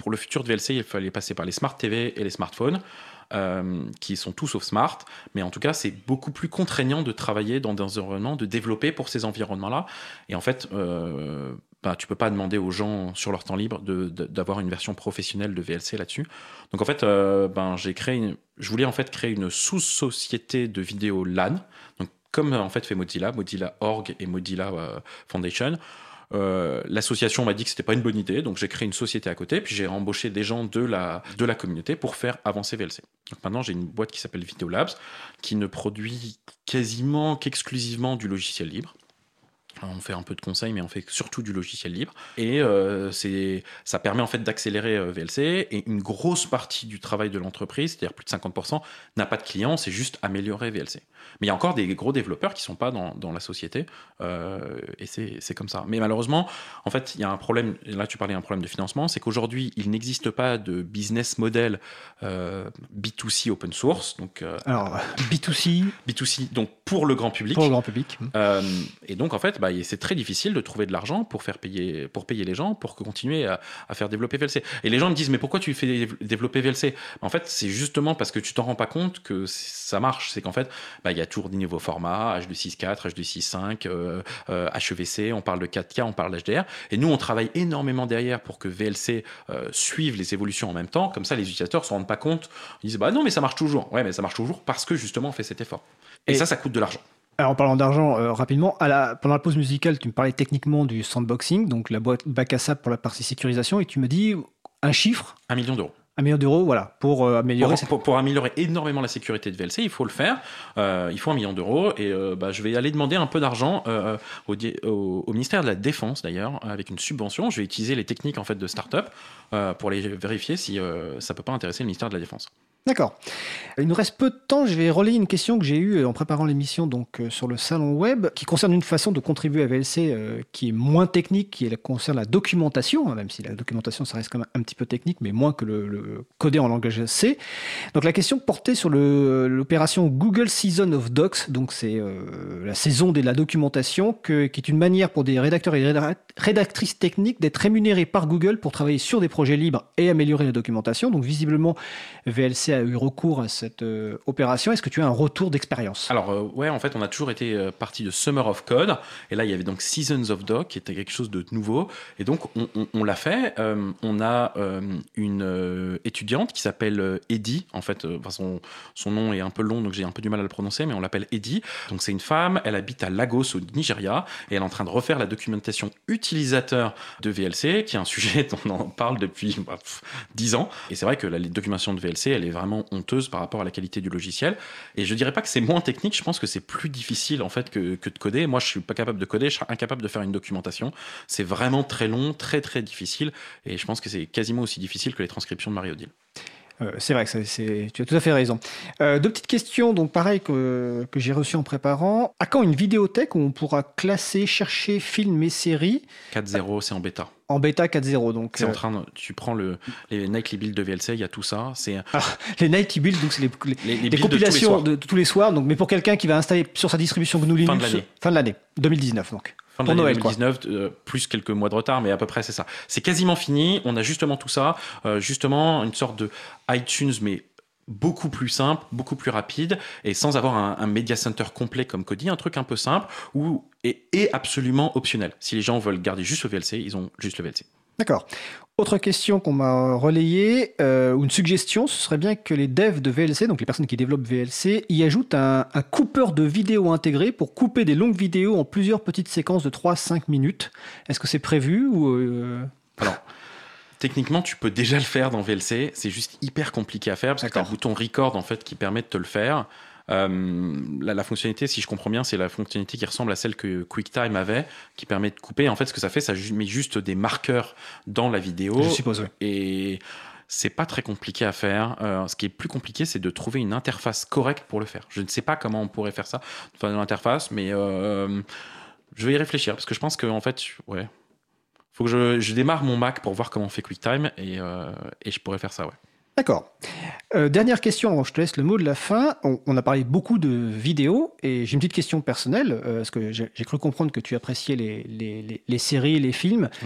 pour le futur de V L C, il fallait passer par les Smart T V et les smartphones, euh, qui sont tout sauf smart. Mais en tout cas, c'est beaucoup plus contraignant de travailler dans des environnements, de développer pour ces environnements-là. Et en fait, euh, bah, tu peux pas demander aux gens sur leur temps libre de, de, d'avoir une version professionnelle de V L C là-dessus. Donc en fait, euh, ben, j'ai créé une, je voulais en fait créer une sous-société de vidéo LAN. Donc comme en fait fait Mozilla, Mozilla point org et Mozilla euh, Foundation. Euh, l'association m'a dit que c'était pas une bonne idée, donc j'ai créé une société à côté, puis j'ai embauché des gens de la, de la communauté pour faire avancer V L C. Donc maintenant j'ai une boîte qui s'appelle Video Labs, qui ne produit quasiment qu'exclusivement du logiciel libre. On fait un peu de conseils, mais on fait surtout du logiciel libre. Et euh, c'est, ça permet en fait d'accélérer euh, V L C. Et une grosse partie du travail de l'entreprise, c'est-à-dire plus de cinquante pour cent, n'a pas de clients, c'est juste améliorer V L C. Mais il y a encore des gros développeurs qui ne sont pas dans, dans la société. Euh, et c'est, c'est comme ça. Mais malheureusement, en fait, il y a un problème. Là, tu parlais d'un problème de financement. C'est qu'aujourd'hui, il n'existe pas de business model euh, B deux C open source. Donc, euh, Alors, B deux C B deux C, donc pour le grand public. pour le grand public. Euh, et donc, en fait, bah, c'est très difficile de trouver de l'argent pour faire payer, pour payer les gens, pour continuer à, à faire développer V L C. Et les gens me disent, mais pourquoi tu fais développer V L C ? En fait, c'est justement parce que tu t'en rends pas compte que ça marche. C'est qu'en fait, bah, il y a toujours des nouveaux formats, H deux six quatre, H deux six cinq, euh, euh, H E V C, on parle de quatre K, on parle d'H D R. Et nous, on travaille énormément derrière pour que V L C euh, suive les évolutions en même temps. Comme ça, les utilisateurs ne se rendent pas compte. Ils disent, bah non, mais ça marche toujours. Ouais, mais ça marche toujours parce que justement, on fait cet effort. Et, et ça, ça coûte de l'argent. Alors, en parlant d'argent, euh, rapidement, à la, pendant la pause musicale, tu me parlais techniquement du sandboxing, donc la boîte bac à sable pour la partie sécurisation, et tu me dis un chiffre. Un million d'euros. Un million d'euros, voilà, pour euh, améliorer... Pour, cette... pour, pour améliorer énormément la sécurité de V L C, il faut le faire. Euh, il faut un million d'euros. Et euh, bah, je vais aller demander un peu d'argent euh, au, au, au ministère de la Défense, d'ailleurs, avec une subvention. Je vais utiliser les techniques en fait, de start-up euh, pour les vérifier si euh, ça ne peut pas intéresser le ministère de la Défense. D'accord. Il nous reste peu de temps. Je vais relayer une question que j'ai eue en préparant l'émission donc, euh, sur le salon web, qui concerne une façon de contribuer à V L C euh, qui est moins technique, qui concerne la documentation, hein, même si la documentation, ça reste quand même un petit peu technique, mais moins que le, le coder en langage C. Donc la question portait sur le, l'opération Google Season of Docs, donc c'est euh, la saison de la documentation, que, qui est une manière pour des rédacteurs et rédactrices techniques d'être rémunérés par Google pour travailler sur des projets libres et améliorer la documentation. Donc visiblement, V L C a eu recours à cette euh, opération. Est-ce que tu as un retour d'expérience ? Alors euh, ouais, en fait, on a toujours été euh, parti de Summer of Code, et là il y avait donc Seasons of Doc, qui était quelque chose de nouveau, et donc on, on, on l'a fait. Euh, on a euh, une euh, étudiante qui s'appelle euh, Eddie, en fait, euh, son, son nom est un peu long, donc j'ai un peu du mal à le prononcer, mais on l'appelle Eddie. Donc c'est une femme, elle habite à Lagos au Nigeria, et elle est en train de refaire la documentation utilisateur de V L C, qui est un sujet dont on en parle depuis bah, pff, dix ans, et c'est vrai que la documentation de V L C, elle est vraiment honteuse par rapport à la qualité du logiciel. Et je dirais pas que c'est moins technique, je pense que c'est plus difficile en fait que, que de coder. Moi, je suis pas capable de coder, je serais incapable de faire une documentation. C'est vraiment très long, très très difficile. Et je pense que c'est quasiment aussi difficile que les transcriptions de Marie-Odile. Euh, c'est vrai que c'est, c'est, tu as tout à fait raison. Euh, deux petites questions, donc pareil que, que j'ai reçues en préparant. À quand une vidéothèque où on pourra classer, chercher films et séries ? quatre zéro, c'est en bêta. En bêta quatre zéro, donc... C'est euh... en train de, tu prends le, les nightly builds de V L C, il y a tout ça. C'est... Alors, les nightly builds, donc c'est les, les, les, les des compilations de tous, de, de tous les soirs, donc, mais pour quelqu'un qui va installer sur sa distribution G N U Linux... Fin de l'année. Fin de l'année, deux mille dix-neuf donc. Fin de pour l'année Noël, deux mille dix-neuf, euh, plus quelques mois de retard, mais à peu près c'est ça. C'est quasiment fini, on a justement tout ça, euh, justement une sorte de iTunes, mais beaucoup plus simple, beaucoup plus rapide, et sans avoir un, un media center complet comme Kodi, un truc un peu simple, où, et, et absolument optionnel. Si les gens veulent garder juste le V L C, ils ont juste le V L C. D'accord. Autre question qu'on m'a relayée, euh, ou une suggestion, ce serait bien que les devs de V L C, donc les personnes qui développent V L C, y ajoutent un, un coupeur de vidéo intégré pour couper des longues vidéos en plusieurs petites séquences de trois à cinq minutes. Est-ce que c'est prévu ou euh... Alors, techniquement, tu peux déjà le faire dans V L C. C'est juste hyper compliqué à faire parce D'accord. que tu as un bouton record en fait, qui permet de te le faire. Euh, la, la fonctionnalité, si je comprends bien, c'est la fonctionnalité qui ressemble à celle que QuickTime avait, qui permet de couper. En fait, ce que ça fait, ça met juste des marqueurs dans la vidéo. Je suppose, oui. Et c'est pas très compliqué à faire. Euh, ce qui est plus compliqué, c'est de trouver une interface correcte pour le faire. Je ne sais pas comment on pourrait faire ça, enfin, l'interface, mais euh, je vais y réfléchir parce que je pense que en fait, ouais, faut que je, je démarre mon Mac pour voir comment on fait QuickTime et, euh, et je pourrais faire ça, ouais. D'accord. Euh, dernière question, alors je te laisse le mot de la fin. On, on a parlé beaucoup de vidéos et j'ai une petite question personnelle, euh, parce que j'ai, j'ai cru comprendre que tu appréciais les, les, les, les séries, les films. Ouais.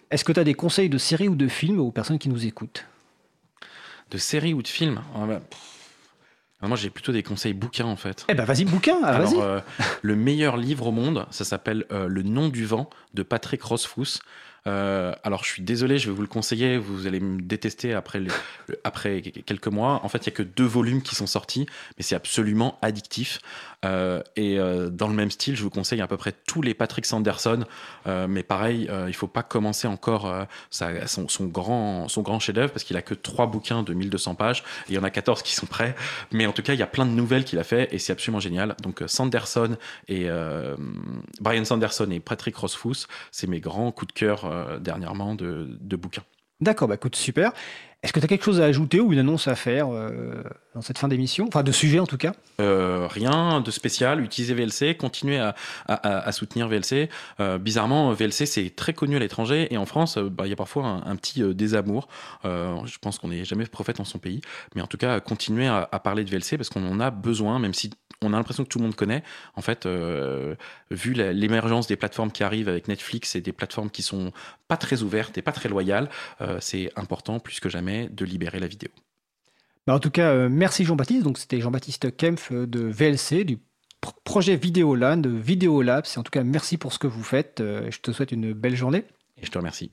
Est-ce que tu as des conseils de séries ou de films aux personnes qui nous écoutent ? De séries ou de films ? Ah bah, pff. Moi, j'ai plutôt des conseils bouquins, en fait. Eh ben, vas-y, bouquin, ah, Alors, vas-y. euh, le meilleur livre au monde, ça s'appelle euh, Le nom du vent de Patrick Rothfuss. Euh, alors, je suis désolé, je vais vous le conseiller, vous allez me détester après, le, le- après quelques mois. En fait, il n'y a que deux volumes qui sont sortis, mais c'est absolument addictif. Euh, et euh, dans le même style, je vous conseille à peu près tous les Patrick Sanderson. Euh, mais pareil, euh, il ne faut pas commencer encore euh, sa- son, son grand, son grand chef-d'œuvre, parce qu'il a que trois bouquins de mille deux cents pages, et il y en a quatorze qui sont prêts. Mais en tout cas, il y a plein de nouvelles qu'il a fait, et c'est absolument génial. Donc, euh, Sanderson et euh, Brian Sanderson et Patrick Rothfuss, c'est mes grands coups de cœur euh, dernièrement de, de bouquins. D'accord, bah écoute, super. Est-ce que tu as quelque chose à ajouter ou une annonce à faire euh, dans cette fin d'émission ? Enfin, de sujet en tout cas. Euh, rien de spécial, utilisez V L C, continuez à, à, à soutenir V L C. Euh, bizarrement, V L C c'est très connu à l'étranger et en France, euh, bah, il y a parfois un, un petit euh, désamour. Euh, je pense qu'on n'est jamais prophète en son pays, mais en tout cas, continuez à, à parler de V L C parce qu'on en a besoin, même si on a l'impression que tout le monde connaît. En fait, euh, vu la, l'émergence des plateformes qui arrivent avec Netflix et des plateformes qui sont pas très ouvertes et pas très loyales, euh, c'est important plus que jamais de libérer la vidéo. Bah, en tout cas, euh, merci Jean-Baptiste. Donc, c'était Jean-Baptiste Kempf euh, de V L C, du pro- projet Vidéoland, de Vidéolabs. Et en tout cas, merci pour ce que vous faites. Euh, je te souhaite une belle journée. Et je te remercie.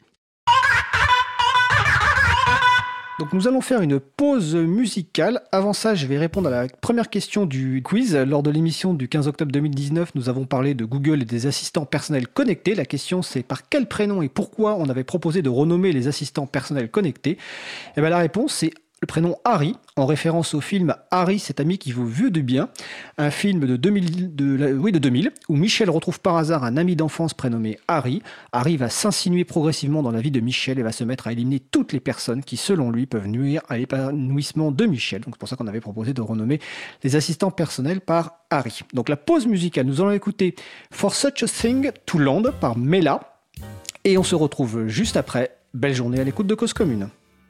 Donc nous allons faire une pause musicale. Avant ça, je vais répondre à la première question du quiz. Lors de l'émission du quinze octobre deux mille dix-neuf, nous avons parlé de Google et des assistants personnels connectés. La question, c'est par quel prénom et pourquoi on avait proposé de renommer les assistants personnels connectés. Et bien la réponse, c'est le prénom Harry, en référence au film Harry, cet ami qui vaut vieux de bien, un film de deux mille, de, la- oui, de deux mille, où Michel retrouve par hasard un ami d'enfance prénommé Harry. Harry va s'insinuer progressivement dans la vie de Michel et va se mettre à éliminer toutes les personnes qui, selon lui, peuvent nuire à l'épanouissement de Michel. Donc c'est pour ça qu'on avait proposé de renommer les assistants personnels par Harry. Donc la pause musicale, nous allons écouter For Such a Thing to Land par Mela, et on se retrouve juste après. Belle journée à l'écoute de Cause Commune.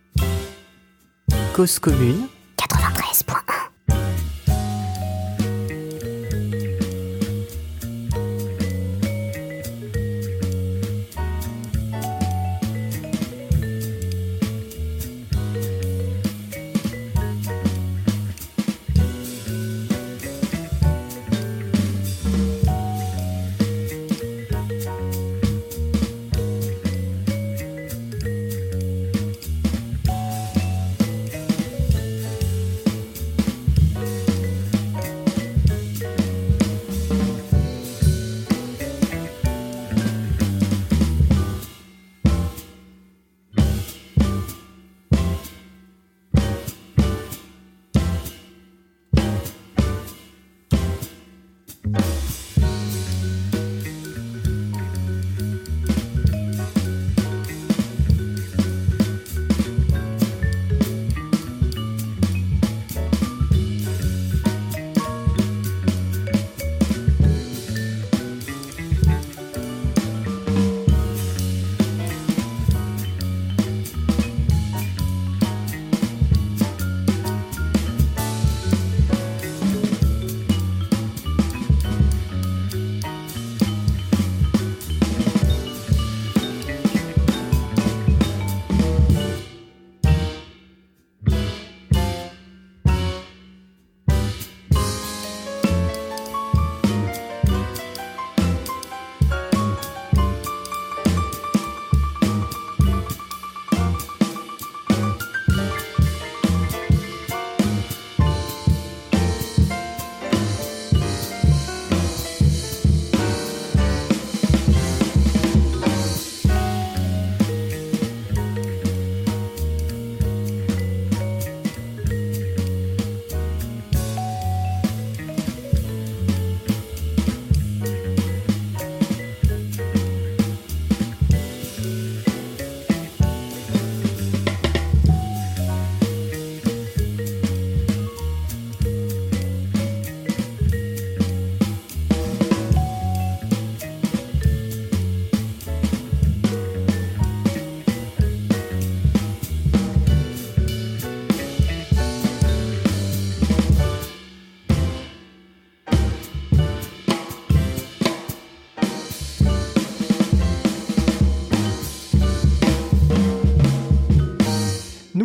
Cause commune quatre-vingt-treize point un.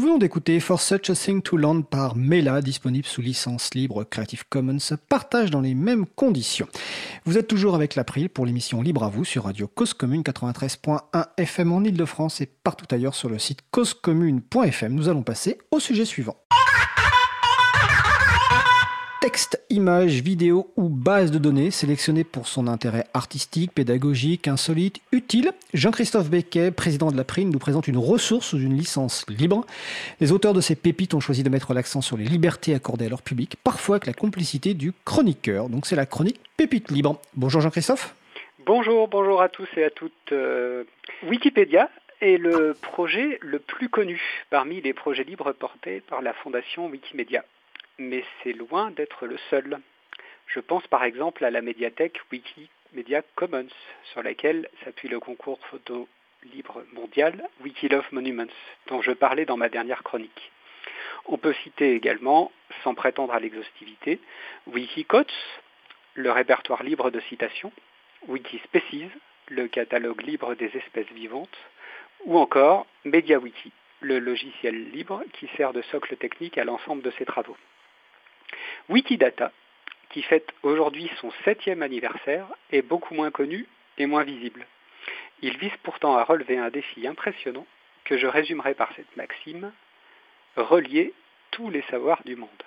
venons d'écouter For Such a Thing to Learn par Mela, disponible sous licence libre Creative Commons, partage dans les mêmes conditions. Vous êtes toujours avec l'April pour l'émission Libre à vous sur Radio Cause Commune quatre-vingt-treize point un F M en Ile-de-France et partout ailleurs sur le site cause commune point f m. Nous allons passer au sujet suivant. Texte, images, vidéos ou bases de données sélectionnées pour son intérêt artistique, pédagogique, insolite, utile. Jean-Christophe Becquet, président de l'April, nous présente une ressource sous une licence libre. Les auteurs de ces pépites ont choisi de mettre l'accent sur les libertés accordées à leur public, parfois avec la complicité du chroniqueur. Donc c'est la chronique Pépite Libre. Bonjour Jean-Christophe. Bonjour, bonjour à tous et à toutes. Euh, Wikipédia est le projet le plus connu parmi les projets libres portés par la fondation Wikimedia. Mais c'est loin d'être le seul. Je pense par exemple à la médiathèque Wikimedia Commons, sur laquelle s'appuie le concours photo libre mondial Wikilove Monuments, dont je parlais dans ma dernière chronique. On peut citer également, sans prétendre à l'exhaustivité, Wikiquotes, le répertoire libre de citations, Wikispecies, le catalogue libre des espèces vivantes, ou encore MediaWiki, le logiciel libre qui sert de socle technique à l'ensemble de ces travaux. Wikidata, qui fête aujourd'hui son septième anniversaire, est beaucoup moins connu et moins visible. Il vise pourtant à relever un défi impressionnant que je résumerai par cette maxime: relier tous les savoirs du monde.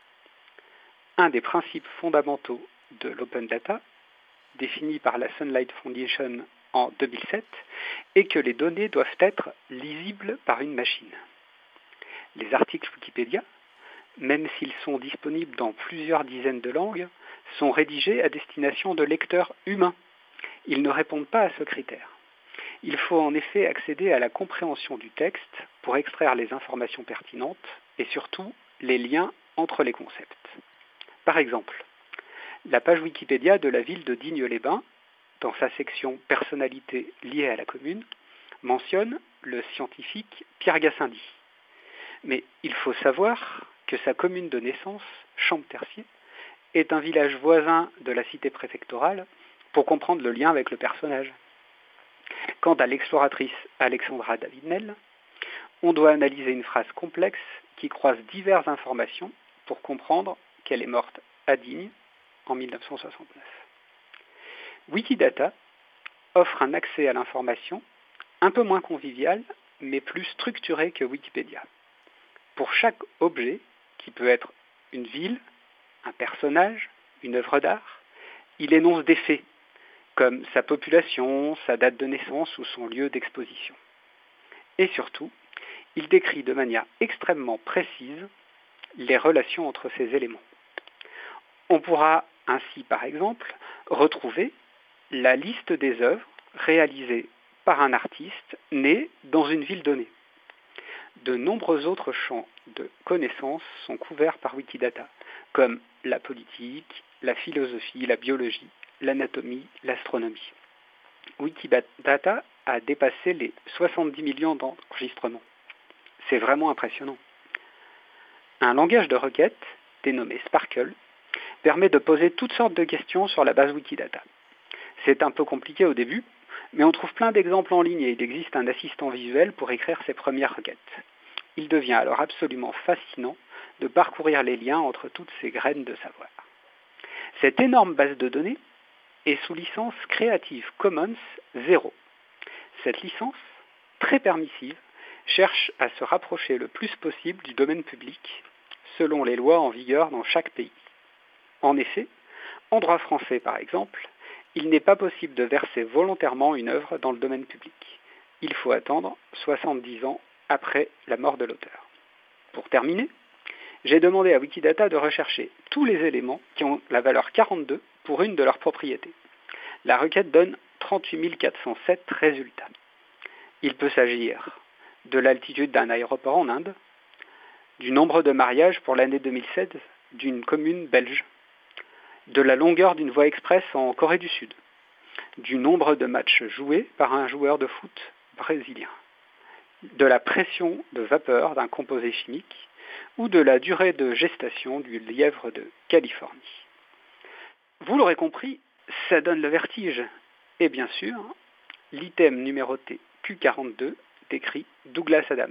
Un des principes fondamentaux de l'open data, défini par la Sunlight Foundation en deux mille sept, est que les données doivent être lisibles par une machine. Les articles Wikipédia, même s'ils sont disponibles dans plusieurs dizaines de langues, sont rédigés à destination de lecteurs humains. Ils ne répondent pas à ce critère. Il faut en effet accéder à la compréhension du texte pour extraire les informations pertinentes et surtout les liens entre les concepts. Par exemple, la page Wikipédia de la ville de Digne-les-Bains, dans sa section « Personnalités liées à la commune », mentionne le scientifique Pierre Gassendi. Mais il faut savoir que sa commune de naissance, Champtercier, est un village voisin de la cité préfectorale pour comprendre le lien avec le personnage. Quant à l'exploratrice Alexandra David-Nel, on doit analyser une phrase complexe qui croise diverses informations pour comprendre qu'elle est morte à Digne en mille neuf cent soixante-neuf. Wikidata offre un accès à l'information un peu moins convivial, mais plus structuré que Wikipédia. Pour chaque objet, qui peut être une ville, un personnage, une œuvre d'art, il énonce des faits, comme sa population, sa date de naissance ou son lieu d'exposition. Et surtout, il décrit de manière extrêmement précise les relations entre ces éléments. On pourra ainsi, par exemple, retrouver la liste des œuvres réalisées par un artiste né dans une ville donnée. De nombreux autres champs de connaissances sont couverts par Wikidata, comme la politique, la philosophie, la biologie, l'anatomie, l'astronomie. Wikidata a dépassé les soixante-dix millions d'enregistrements. C'est vraiment impressionnant. Un langage de requête, dénommé Sparkle, permet de poser toutes sortes de questions sur la base Wikidata. C'est un peu compliqué au début, mais on trouve plein d'exemples en ligne et il existe un assistant visuel pour écrire ses premières requêtes. Il devient alors absolument fascinant de parcourir les liens entre toutes ces graines de savoir. Cette énorme base de données est sous licence Creative Commons zéro. Cette licence, très permissive, cherche à se rapprocher le plus possible du domaine public, selon les lois en vigueur dans chaque pays. En effet, en droit français par exemple, il n'est pas possible de verser volontairement une œuvre dans le domaine public. Il faut attendre soixante-dix ans après la mort de l'auteur. Pour terminer, j'ai demandé à Wikidata de rechercher tous les éléments qui ont la valeur quarante-deux pour une de leurs propriétés. La requête donne trente-huit mille quatre cent sept résultats. Il peut s'agir de l'altitude d'un aéroport en Inde, du nombre de mariages pour l'année deux mille seize d'une commune belge, de la longueur d'une voie express en Corée du Sud, du nombre de matchs joués par un joueur de foot brésilien, de la pression de vapeur d'un composé chimique ou de la durée de gestation du lièvre de Californie. Vous l'aurez compris, ça donne le vertige. Et bien sûr, l'item numéroté Q quarante-deux décrit Douglas Adams,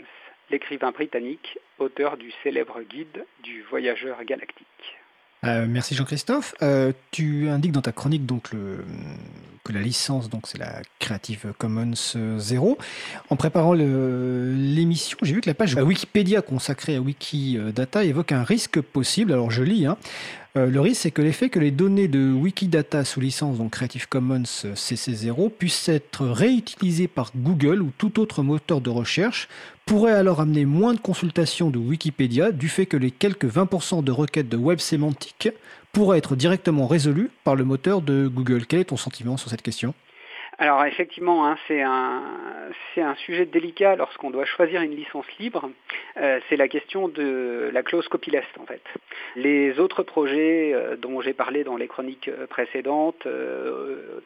l'écrivain britannique, auteur du célèbre guide du voyageur galactique. Euh, merci Jean-Christophe. Euh, tu indiques dans ta chronique donc le, que la licence donc c'est la Creative Commons zéro. En préparant le, l'émission, j'ai vu que la page Wikipédia consacrée à Wikidata évoque un risque possible. Alors je lis. Hein. Euh, le risque, c'est que l'effet que les données de Wikidata sous licence, donc Creative Commons C C zéro, puissent être réutilisées par Google ou tout autre moteur de recherche, pourrait alors amener moins de consultations de Wikipédia du fait que les quelques vingt pour cent de requêtes de web sémantique pourraient être directement résolues par le moteur de Google. Quel est ton sentiment sur cette question ? Alors effectivement, hein, c'est un c'est un sujet délicat lorsqu'on doit choisir une licence libre. Euh, c'est la question de la clause copyleft en fait. Les autres projets euh, dont j'ai parlé dans les chroniques précédentes, euh,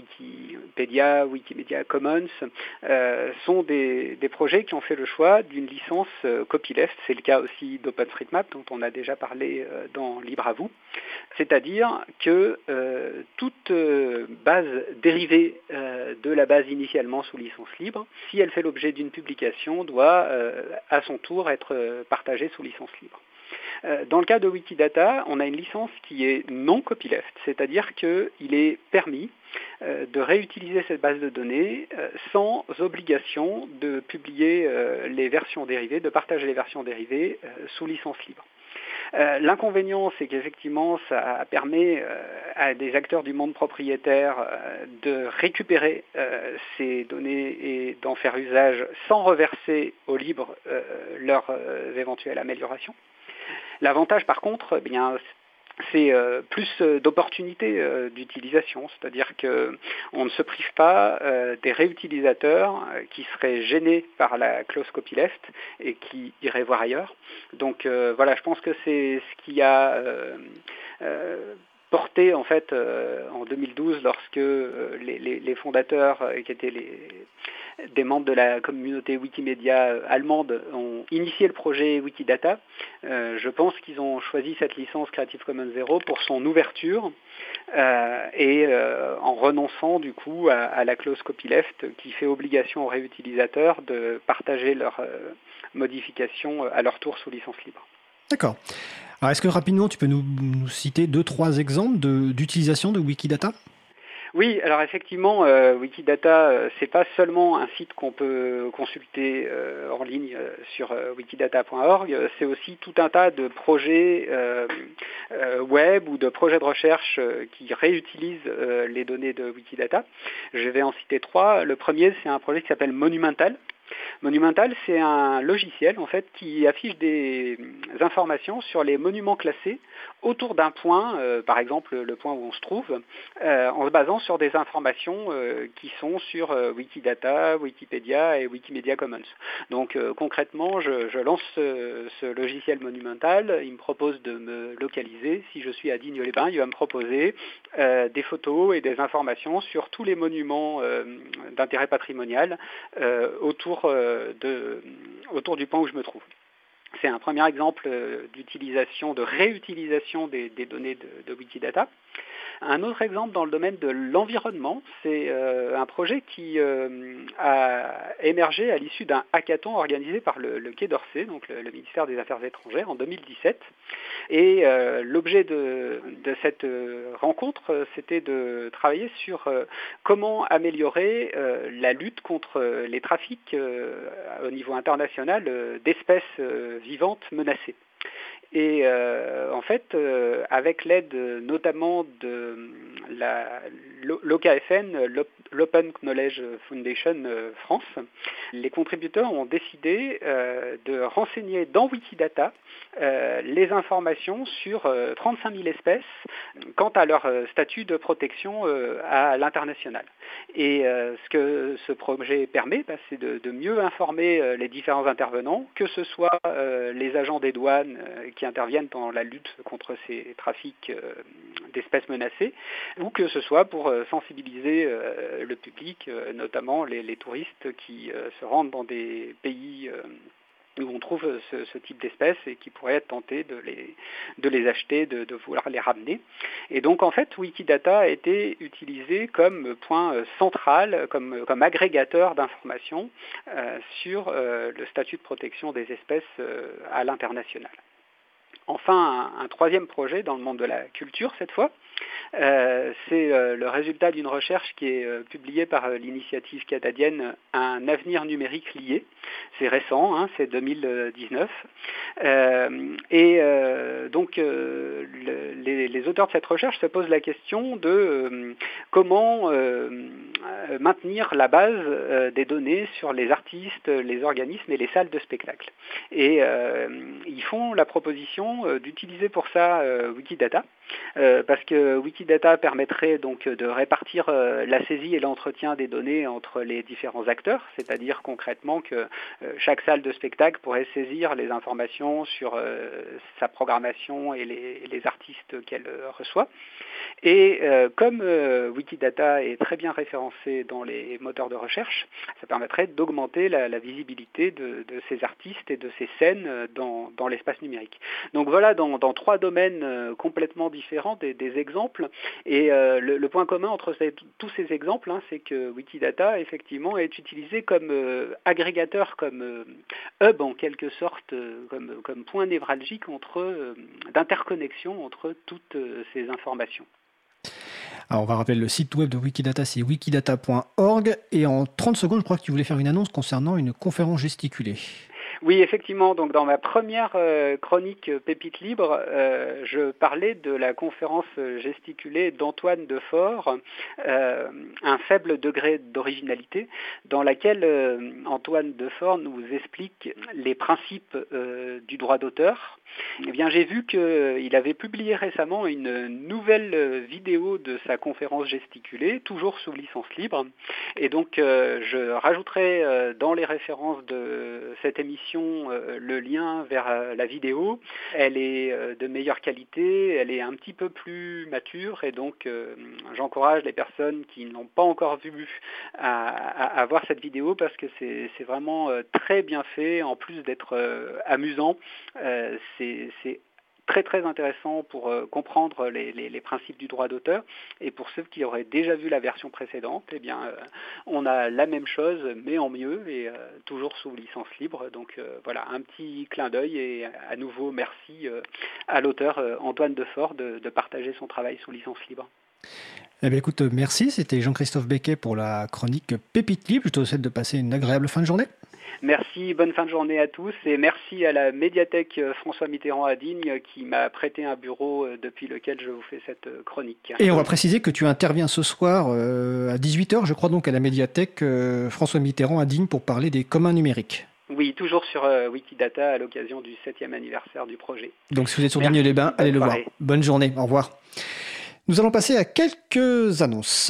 Wikipédia, Wikimedia Commons, euh, sont des, des projets qui ont fait le choix d'une licence euh, copyleft. C'est le cas aussi d'OpenStreetMap dont on a déjà parlé euh, dans Libre à vous. C'est-à-dire que euh, toute euh, base dérivée euh, de la base initialement sous licence libre, si elle fait l'objet d'une publication, doit euh, à son tour être euh, partagée sous licence libre. Euh, dans le cas de Wikidata, on a une licence qui est non copyleft, c'est-à-dire qu'il est permis euh, de réutiliser cette base de données euh, sans obligation de publier euh, les versions dérivées, de partager les versions dérivées euh, sous licence libre. Euh, l'inconvénient, c'est qu'effectivement, ça permet euh, à des acteurs du monde propriétaire euh, de récupérer euh, ces données et d'en faire usage sans reverser au libre euh, leurs euh, éventuelles améliorations. L'avantage, par contre, eh bien, c'est euh, plus euh, d'opportunités euh, d'utilisation, c'est-à-dire qu'on ne se prive pas euh, des réutilisateurs euh, qui seraient gênés par la clause copyleft et qui iraient voir ailleurs. Donc euh, voilà, je pense que c'est ce qui a euh, euh, porté en fait euh, en deux mille douze lorsque euh, les, les, les fondateurs euh, qui étaient les des membres de la communauté Wikimedia allemande ont initié le projet Wikidata. Euh, je pense qu'ils ont choisi cette licence Creative Commons zéro pour son ouverture euh, et euh, en renonçant du coup à, à la clause copyleft qui fait obligation aux réutilisateurs de partager leurs euh, modifications à leur tour sous licence libre. D'accord. Alors est-ce que rapidement tu peux nous, nous citer deux, trois exemples de, d'utilisation de Wikidata ? Oui, alors effectivement, euh, Wikidata, euh, c'est pas seulement un site qu'on peut consulter euh, en ligne euh, sur euh, wikidata point org, c'est aussi tout un tas de projets euh, euh, web ou de projets de recherche euh, qui réutilisent euh, les données de Wikidata. Je vais en citer trois. Le premier, c'est un projet qui s'appelle Monumental. Monumental, c'est un logiciel en fait qui affiche des informations sur les monuments classés autour d'un point, euh, par exemple le point où on se trouve, euh, en se basant sur des informations euh, qui sont sur euh, Wikidata, Wikipédia et Wikimedia Commons. Donc euh, concrètement, je, je lance ce, ce logiciel Monumental, il me propose de me localiser. Si je suis à Digne-les-Bains, il va me proposer euh, des photos et des informations sur tous les monuments euh, d'intérêt patrimonial euh, autour euh, De, autour du point où je me trouve. C'est un premier exemple d'utilisation, de réutilisation des, des données de, de Wikidata. Un autre exemple dans le domaine de l'environnement, c'est euh, un projet qui euh, a émergé à l'issue d'un hackathon organisé par le, le Quai d'Orsay, donc le, le ministère des Affaires étrangères, en deux mille dix-sept. Et euh, l'objet de, de cette euh, rencontre, c'était de travailler sur euh, comment améliorer euh, la lutte contre les trafics euh, au niveau international euh, d'espèces euh, vivantes menacées. Et euh, en fait, euh, avec l'aide notamment de la, l'O K F N, l'Open Knowledge Foundation France, les contributeurs ont décidé euh, de renseigner dans Wikidata euh, les informations sur euh, trente-cinq mille espèces quant à leur statut de protection euh, à l'international. Et euh, ce que ce projet permet, bah, c'est de, de mieux informer euh, les différents intervenants, que ce soit euh, les agents des douanes euh, qui interviennent dans la lutte contre ces trafics euh, d'espèces menacées, ou que ce soit pour euh, sensibiliser euh, le public, euh, notamment les, les touristes qui euh, se rendent dans des pays euh, où on trouve ce, ce type d'espèces et qui pourraient être tentés de les, de les acheter, de, de vouloir les ramener. Et donc en fait, Wikidata a été utilisé comme point central, comme, comme agrégateur d'informations euh, sur euh, le statut de protection des espèces euh, à l'international. Enfin, un, un troisième projet dans le monde de la culture cette fois, Euh, c'est euh, le résultat d'une recherche qui est euh, publiée par euh, l'initiative canadienne Un avenir numérique lié. C'est récent, hein, c'est deux mille dix-neuf. Euh, et euh, donc, euh, le, les, les auteurs de cette recherche se posent la question de euh, comment euh, maintenir la base euh, des données sur les artistes, les organismes et les salles de spectacle. Et euh, ils font la proposition euh, d'utiliser pour ça euh, Wikidata, euh, parce que Wikidata permettrait donc de répartir euh, la saisie et l'entretien des données entre les différents acteurs, c'est-à-dire concrètement que euh, chaque salle de spectacle pourrait saisir les informations sur euh, sa programmation et les, et les artistes qu'elle euh, reçoit. Et euh, comme euh, Wikidata est très bien référencé dans les moteurs de recherche, ça permettrait d'augmenter la, la visibilité de, de ces artistes et de ces scènes dans, dans l'espace numérique. Donc voilà, dans, dans trois domaines euh, complètement différents, des, des exemples. Et euh, le, le point commun entre ces, tous ces exemples, hein, c'est que Wikidata, effectivement, est utilisé comme euh, agrégateur, comme euh, hub en quelque sorte, euh, comme, comme point névralgique entre, euh, d'interconnexion entre toutes euh, ces informations. Alors on va rappeler le site web de Wikidata, c'est wikidata point org. Et en trente secondes, je crois que tu voulais faire une annonce concernant une conférence gesticulée. Oui, effectivement. Donc, dans ma première euh, chronique Pépite Libre, euh, je parlais de la conférence gesticulée d'Antoine Defort, euh, un faible degré d'originalité, dans laquelle euh, Antoine Defort nous explique les principes euh, du droit d'auteur. Eh bien, j'ai vu qu'il avait publié récemment une nouvelle vidéo de sa conférence gesticulée, toujours sous licence libre. Et donc, euh, je rajouterai euh, dans les références de cette émission euh, le lien vers euh, la vidéo. Elle est euh, de meilleure qualité, elle est un petit peu plus mature, et donc euh, j'encourage les personnes qui n'ont pas encore vu à, à, à voir cette vidéo, parce que c'est, c'est vraiment euh, très bien fait, en plus d'être euh, amusant. Euh, c'est, c'est très très intéressant pour euh, comprendre les, les, les principes du droit d'auteur. Et pour ceux qui auraient déjà vu la version précédente, eh bien, euh, on a la même chose, mais en mieux, et euh, toujours sous licence libre. Donc euh, voilà, un petit clin d'œil, et à nouveau merci euh, à l'auteur euh, Antoine Defort de, de partager son travail sous licence libre. Eh bien écoute, merci, c'était Jean-Christophe Becquet pour la chronique Pépite Libre. Je te souhaite de passer une agréable fin de journée. Merci, bonne fin de journée à tous, et merci à la médiathèque François Mitterrand à Digne qui m'a prêté un bureau depuis lequel je vous fais cette chronique. Et on va préciser que tu interviens ce soir euh, à dix-huit heures, je crois, donc à la médiathèque euh, François Mitterrand à Digne pour parler des communs numériques. Oui, toujours sur euh, Wikidata à l'occasion du septième anniversaire du projet. Donc si vous êtes sur Digne-les-Bains, allez le voir. Bonne journée, au revoir. Nous allons passer à quelques annonces.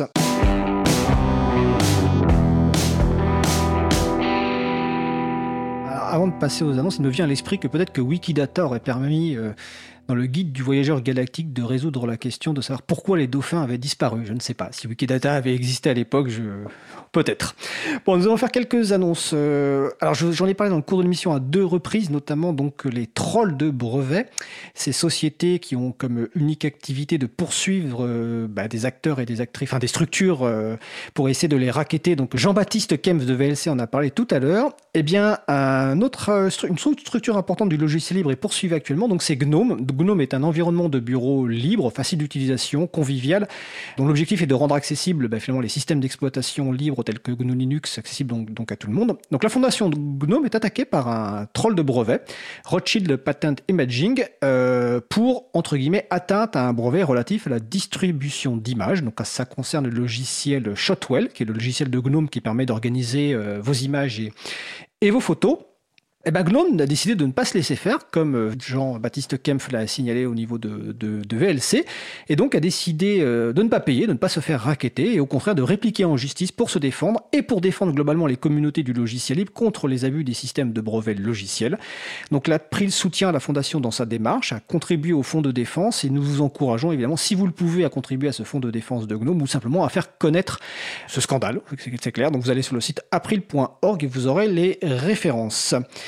Alors, avant de passer aux annonces, il me vient à l'esprit que peut-être que Wikidata aurait permis, euh, dans le guide du voyageur galactique, de résoudre la question de savoir pourquoi les dauphins avaient disparu. Je ne sais pas. Si Wikidata avait existé à l'époque, je... peut-être. Bon, nous allons faire quelques annonces. Euh, alors, je, j'en ai parlé dans le cours de l'émission à deux reprises, notamment donc les trolls de brevets, ces sociétés qui ont comme unique activité de poursuivre euh, bah, des acteurs et des actrices, enfin des structures euh, pour essayer de les racketter. Donc, Jean-Baptiste Kempf de V L C en a parlé tout à l'heure. Eh bien, un autre, une autre structure importante du logiciel libre est poursuivie actuellement. Donc, c'est Gnome. Gnome est un environnement de bureau libre, facile d'utilisation, convivial, dont l'objectif est de rendre accessibles bah, finalement les systèmes d'exploitation libres tels que G N O Linux, accessibles donc, donc à tout le monde. Donc la fondation de Gnome est attaquée par un troll de brevet, Rothschild Patent Imaging, euh, pour, entre guillemets, atteinte à un brevet relatif à la distribution d'images. Donc ça concerne le logiciel Shotwell, qui est le logiciel de Gnome qui permet d'organiser euh, vos images et, et vos photos. Eh ben, Gnome a décidé de ne pas se laisser faire, comme Jean-Baptiste Kempf l'a signalé au niveau de, de, de V L C, et donc a décidé de ne pas payer, de ne pas se faire racketter, et au contraire de répliquer en justice pour se défendre, et pour défendre globalement les communautés du logiciel libre contre les abus des systèmes de brevets logiciels. Donc l'April soutient la Fondation dans sa démarche, a contribué au fonds de défense, et nous vous encourageons évidemment, si vous le pouvez, à contribuer à ce fonds de défense de Gnome, ou simplement à faire connaître ce scandale, c'est clair. Donc vous allez sur le site april point org et vous aurez les références.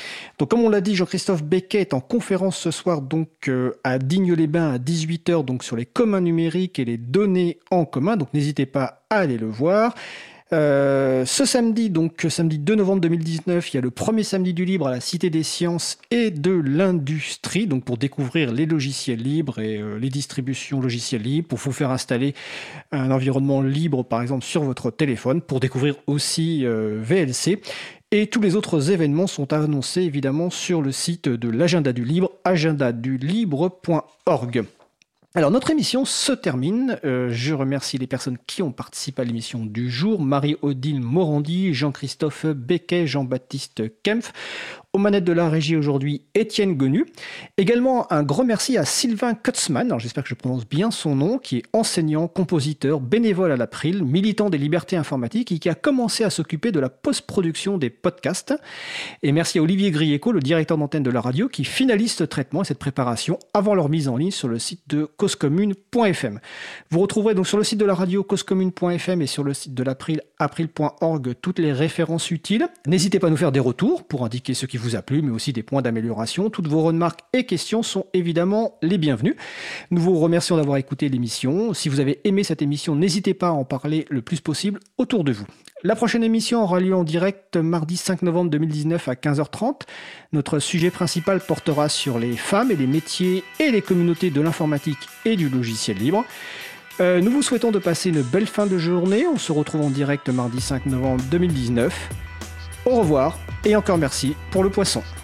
Donc, comme on l'a dit, Jean-Christophe Becquet est en conférence ce soir donc euh, à Digne-les-Bains à dix-huit heures, donc sur les communs numériques et les données en commun. Donc, n'hésitez pas à aller le voir. Euh, ce samedi, donc samedi deux novembre deux mille dix-neuf, il y a le premier samedi du libre à la Cité des Sciences et de l'Industrie, donc pour découvrir les logiciels libres et euh, les distributions logiciels libres, pour vous faire installer un environnement libre, par exemple, sur votre téléphone, pour découvrir aussi euh, V L C. Et tous les autres événements sont annoncés évidemment sur le site de l'Agenda du Libre, agenda du libre point org. Alors, notre émission se termine. Euh, je remercie les personnes qui ont participé à l'émission du jour. Marie-Odile Morandi, Jean-Christophe Becquet, Jean-Baptiste Kempf. Aux manettes de la régie aujourd'hui, Étienne Gonu. Également, un grand merci à Sylvain Kutzmann, alors j'espère que je prononce bien son nom, qui est enseignant, compositeur, bénévole à l'April, militant des libertés informatiques et qui a commencé à s'occuper de la post-production des podcasts. Et merci à Olivier Grieco, le directeur d'antenne de la radio, qui finalise ce traitement et cette préparation avant leur mise en ligne sur le site de cause commune point f m. Vous retrouverez donc sur le site de la radio cause commune point f m et sur le site de l'April, april point org, toutes les références utiles. N'hésitez pas à nous faire des retours pour indiquer ce qui vous a plu, mais aussi des points d'amélioration. Toutes vos remarques et questions sont évidemment les bienvenues. Nous vous remercions d'avoir écouté l'émission. Si vous avez aimé cette émission, n'hésitez pas à en parler le plus possible autour de vous. La prochaine émission aura lieu en direct mardi cinq novembre deux mille dix-neuf à quinze heures trente. Notre sujet principal portera sur les femmes et les métiers et les communautés de l'informatique et du logiciel libre. Euh, nous vous souhaitons de passer une belle fin de journée. On se retrouve en direct mardi cinq novembre deux mille dix-neuf. Au revoir et encore merci pour le poisson.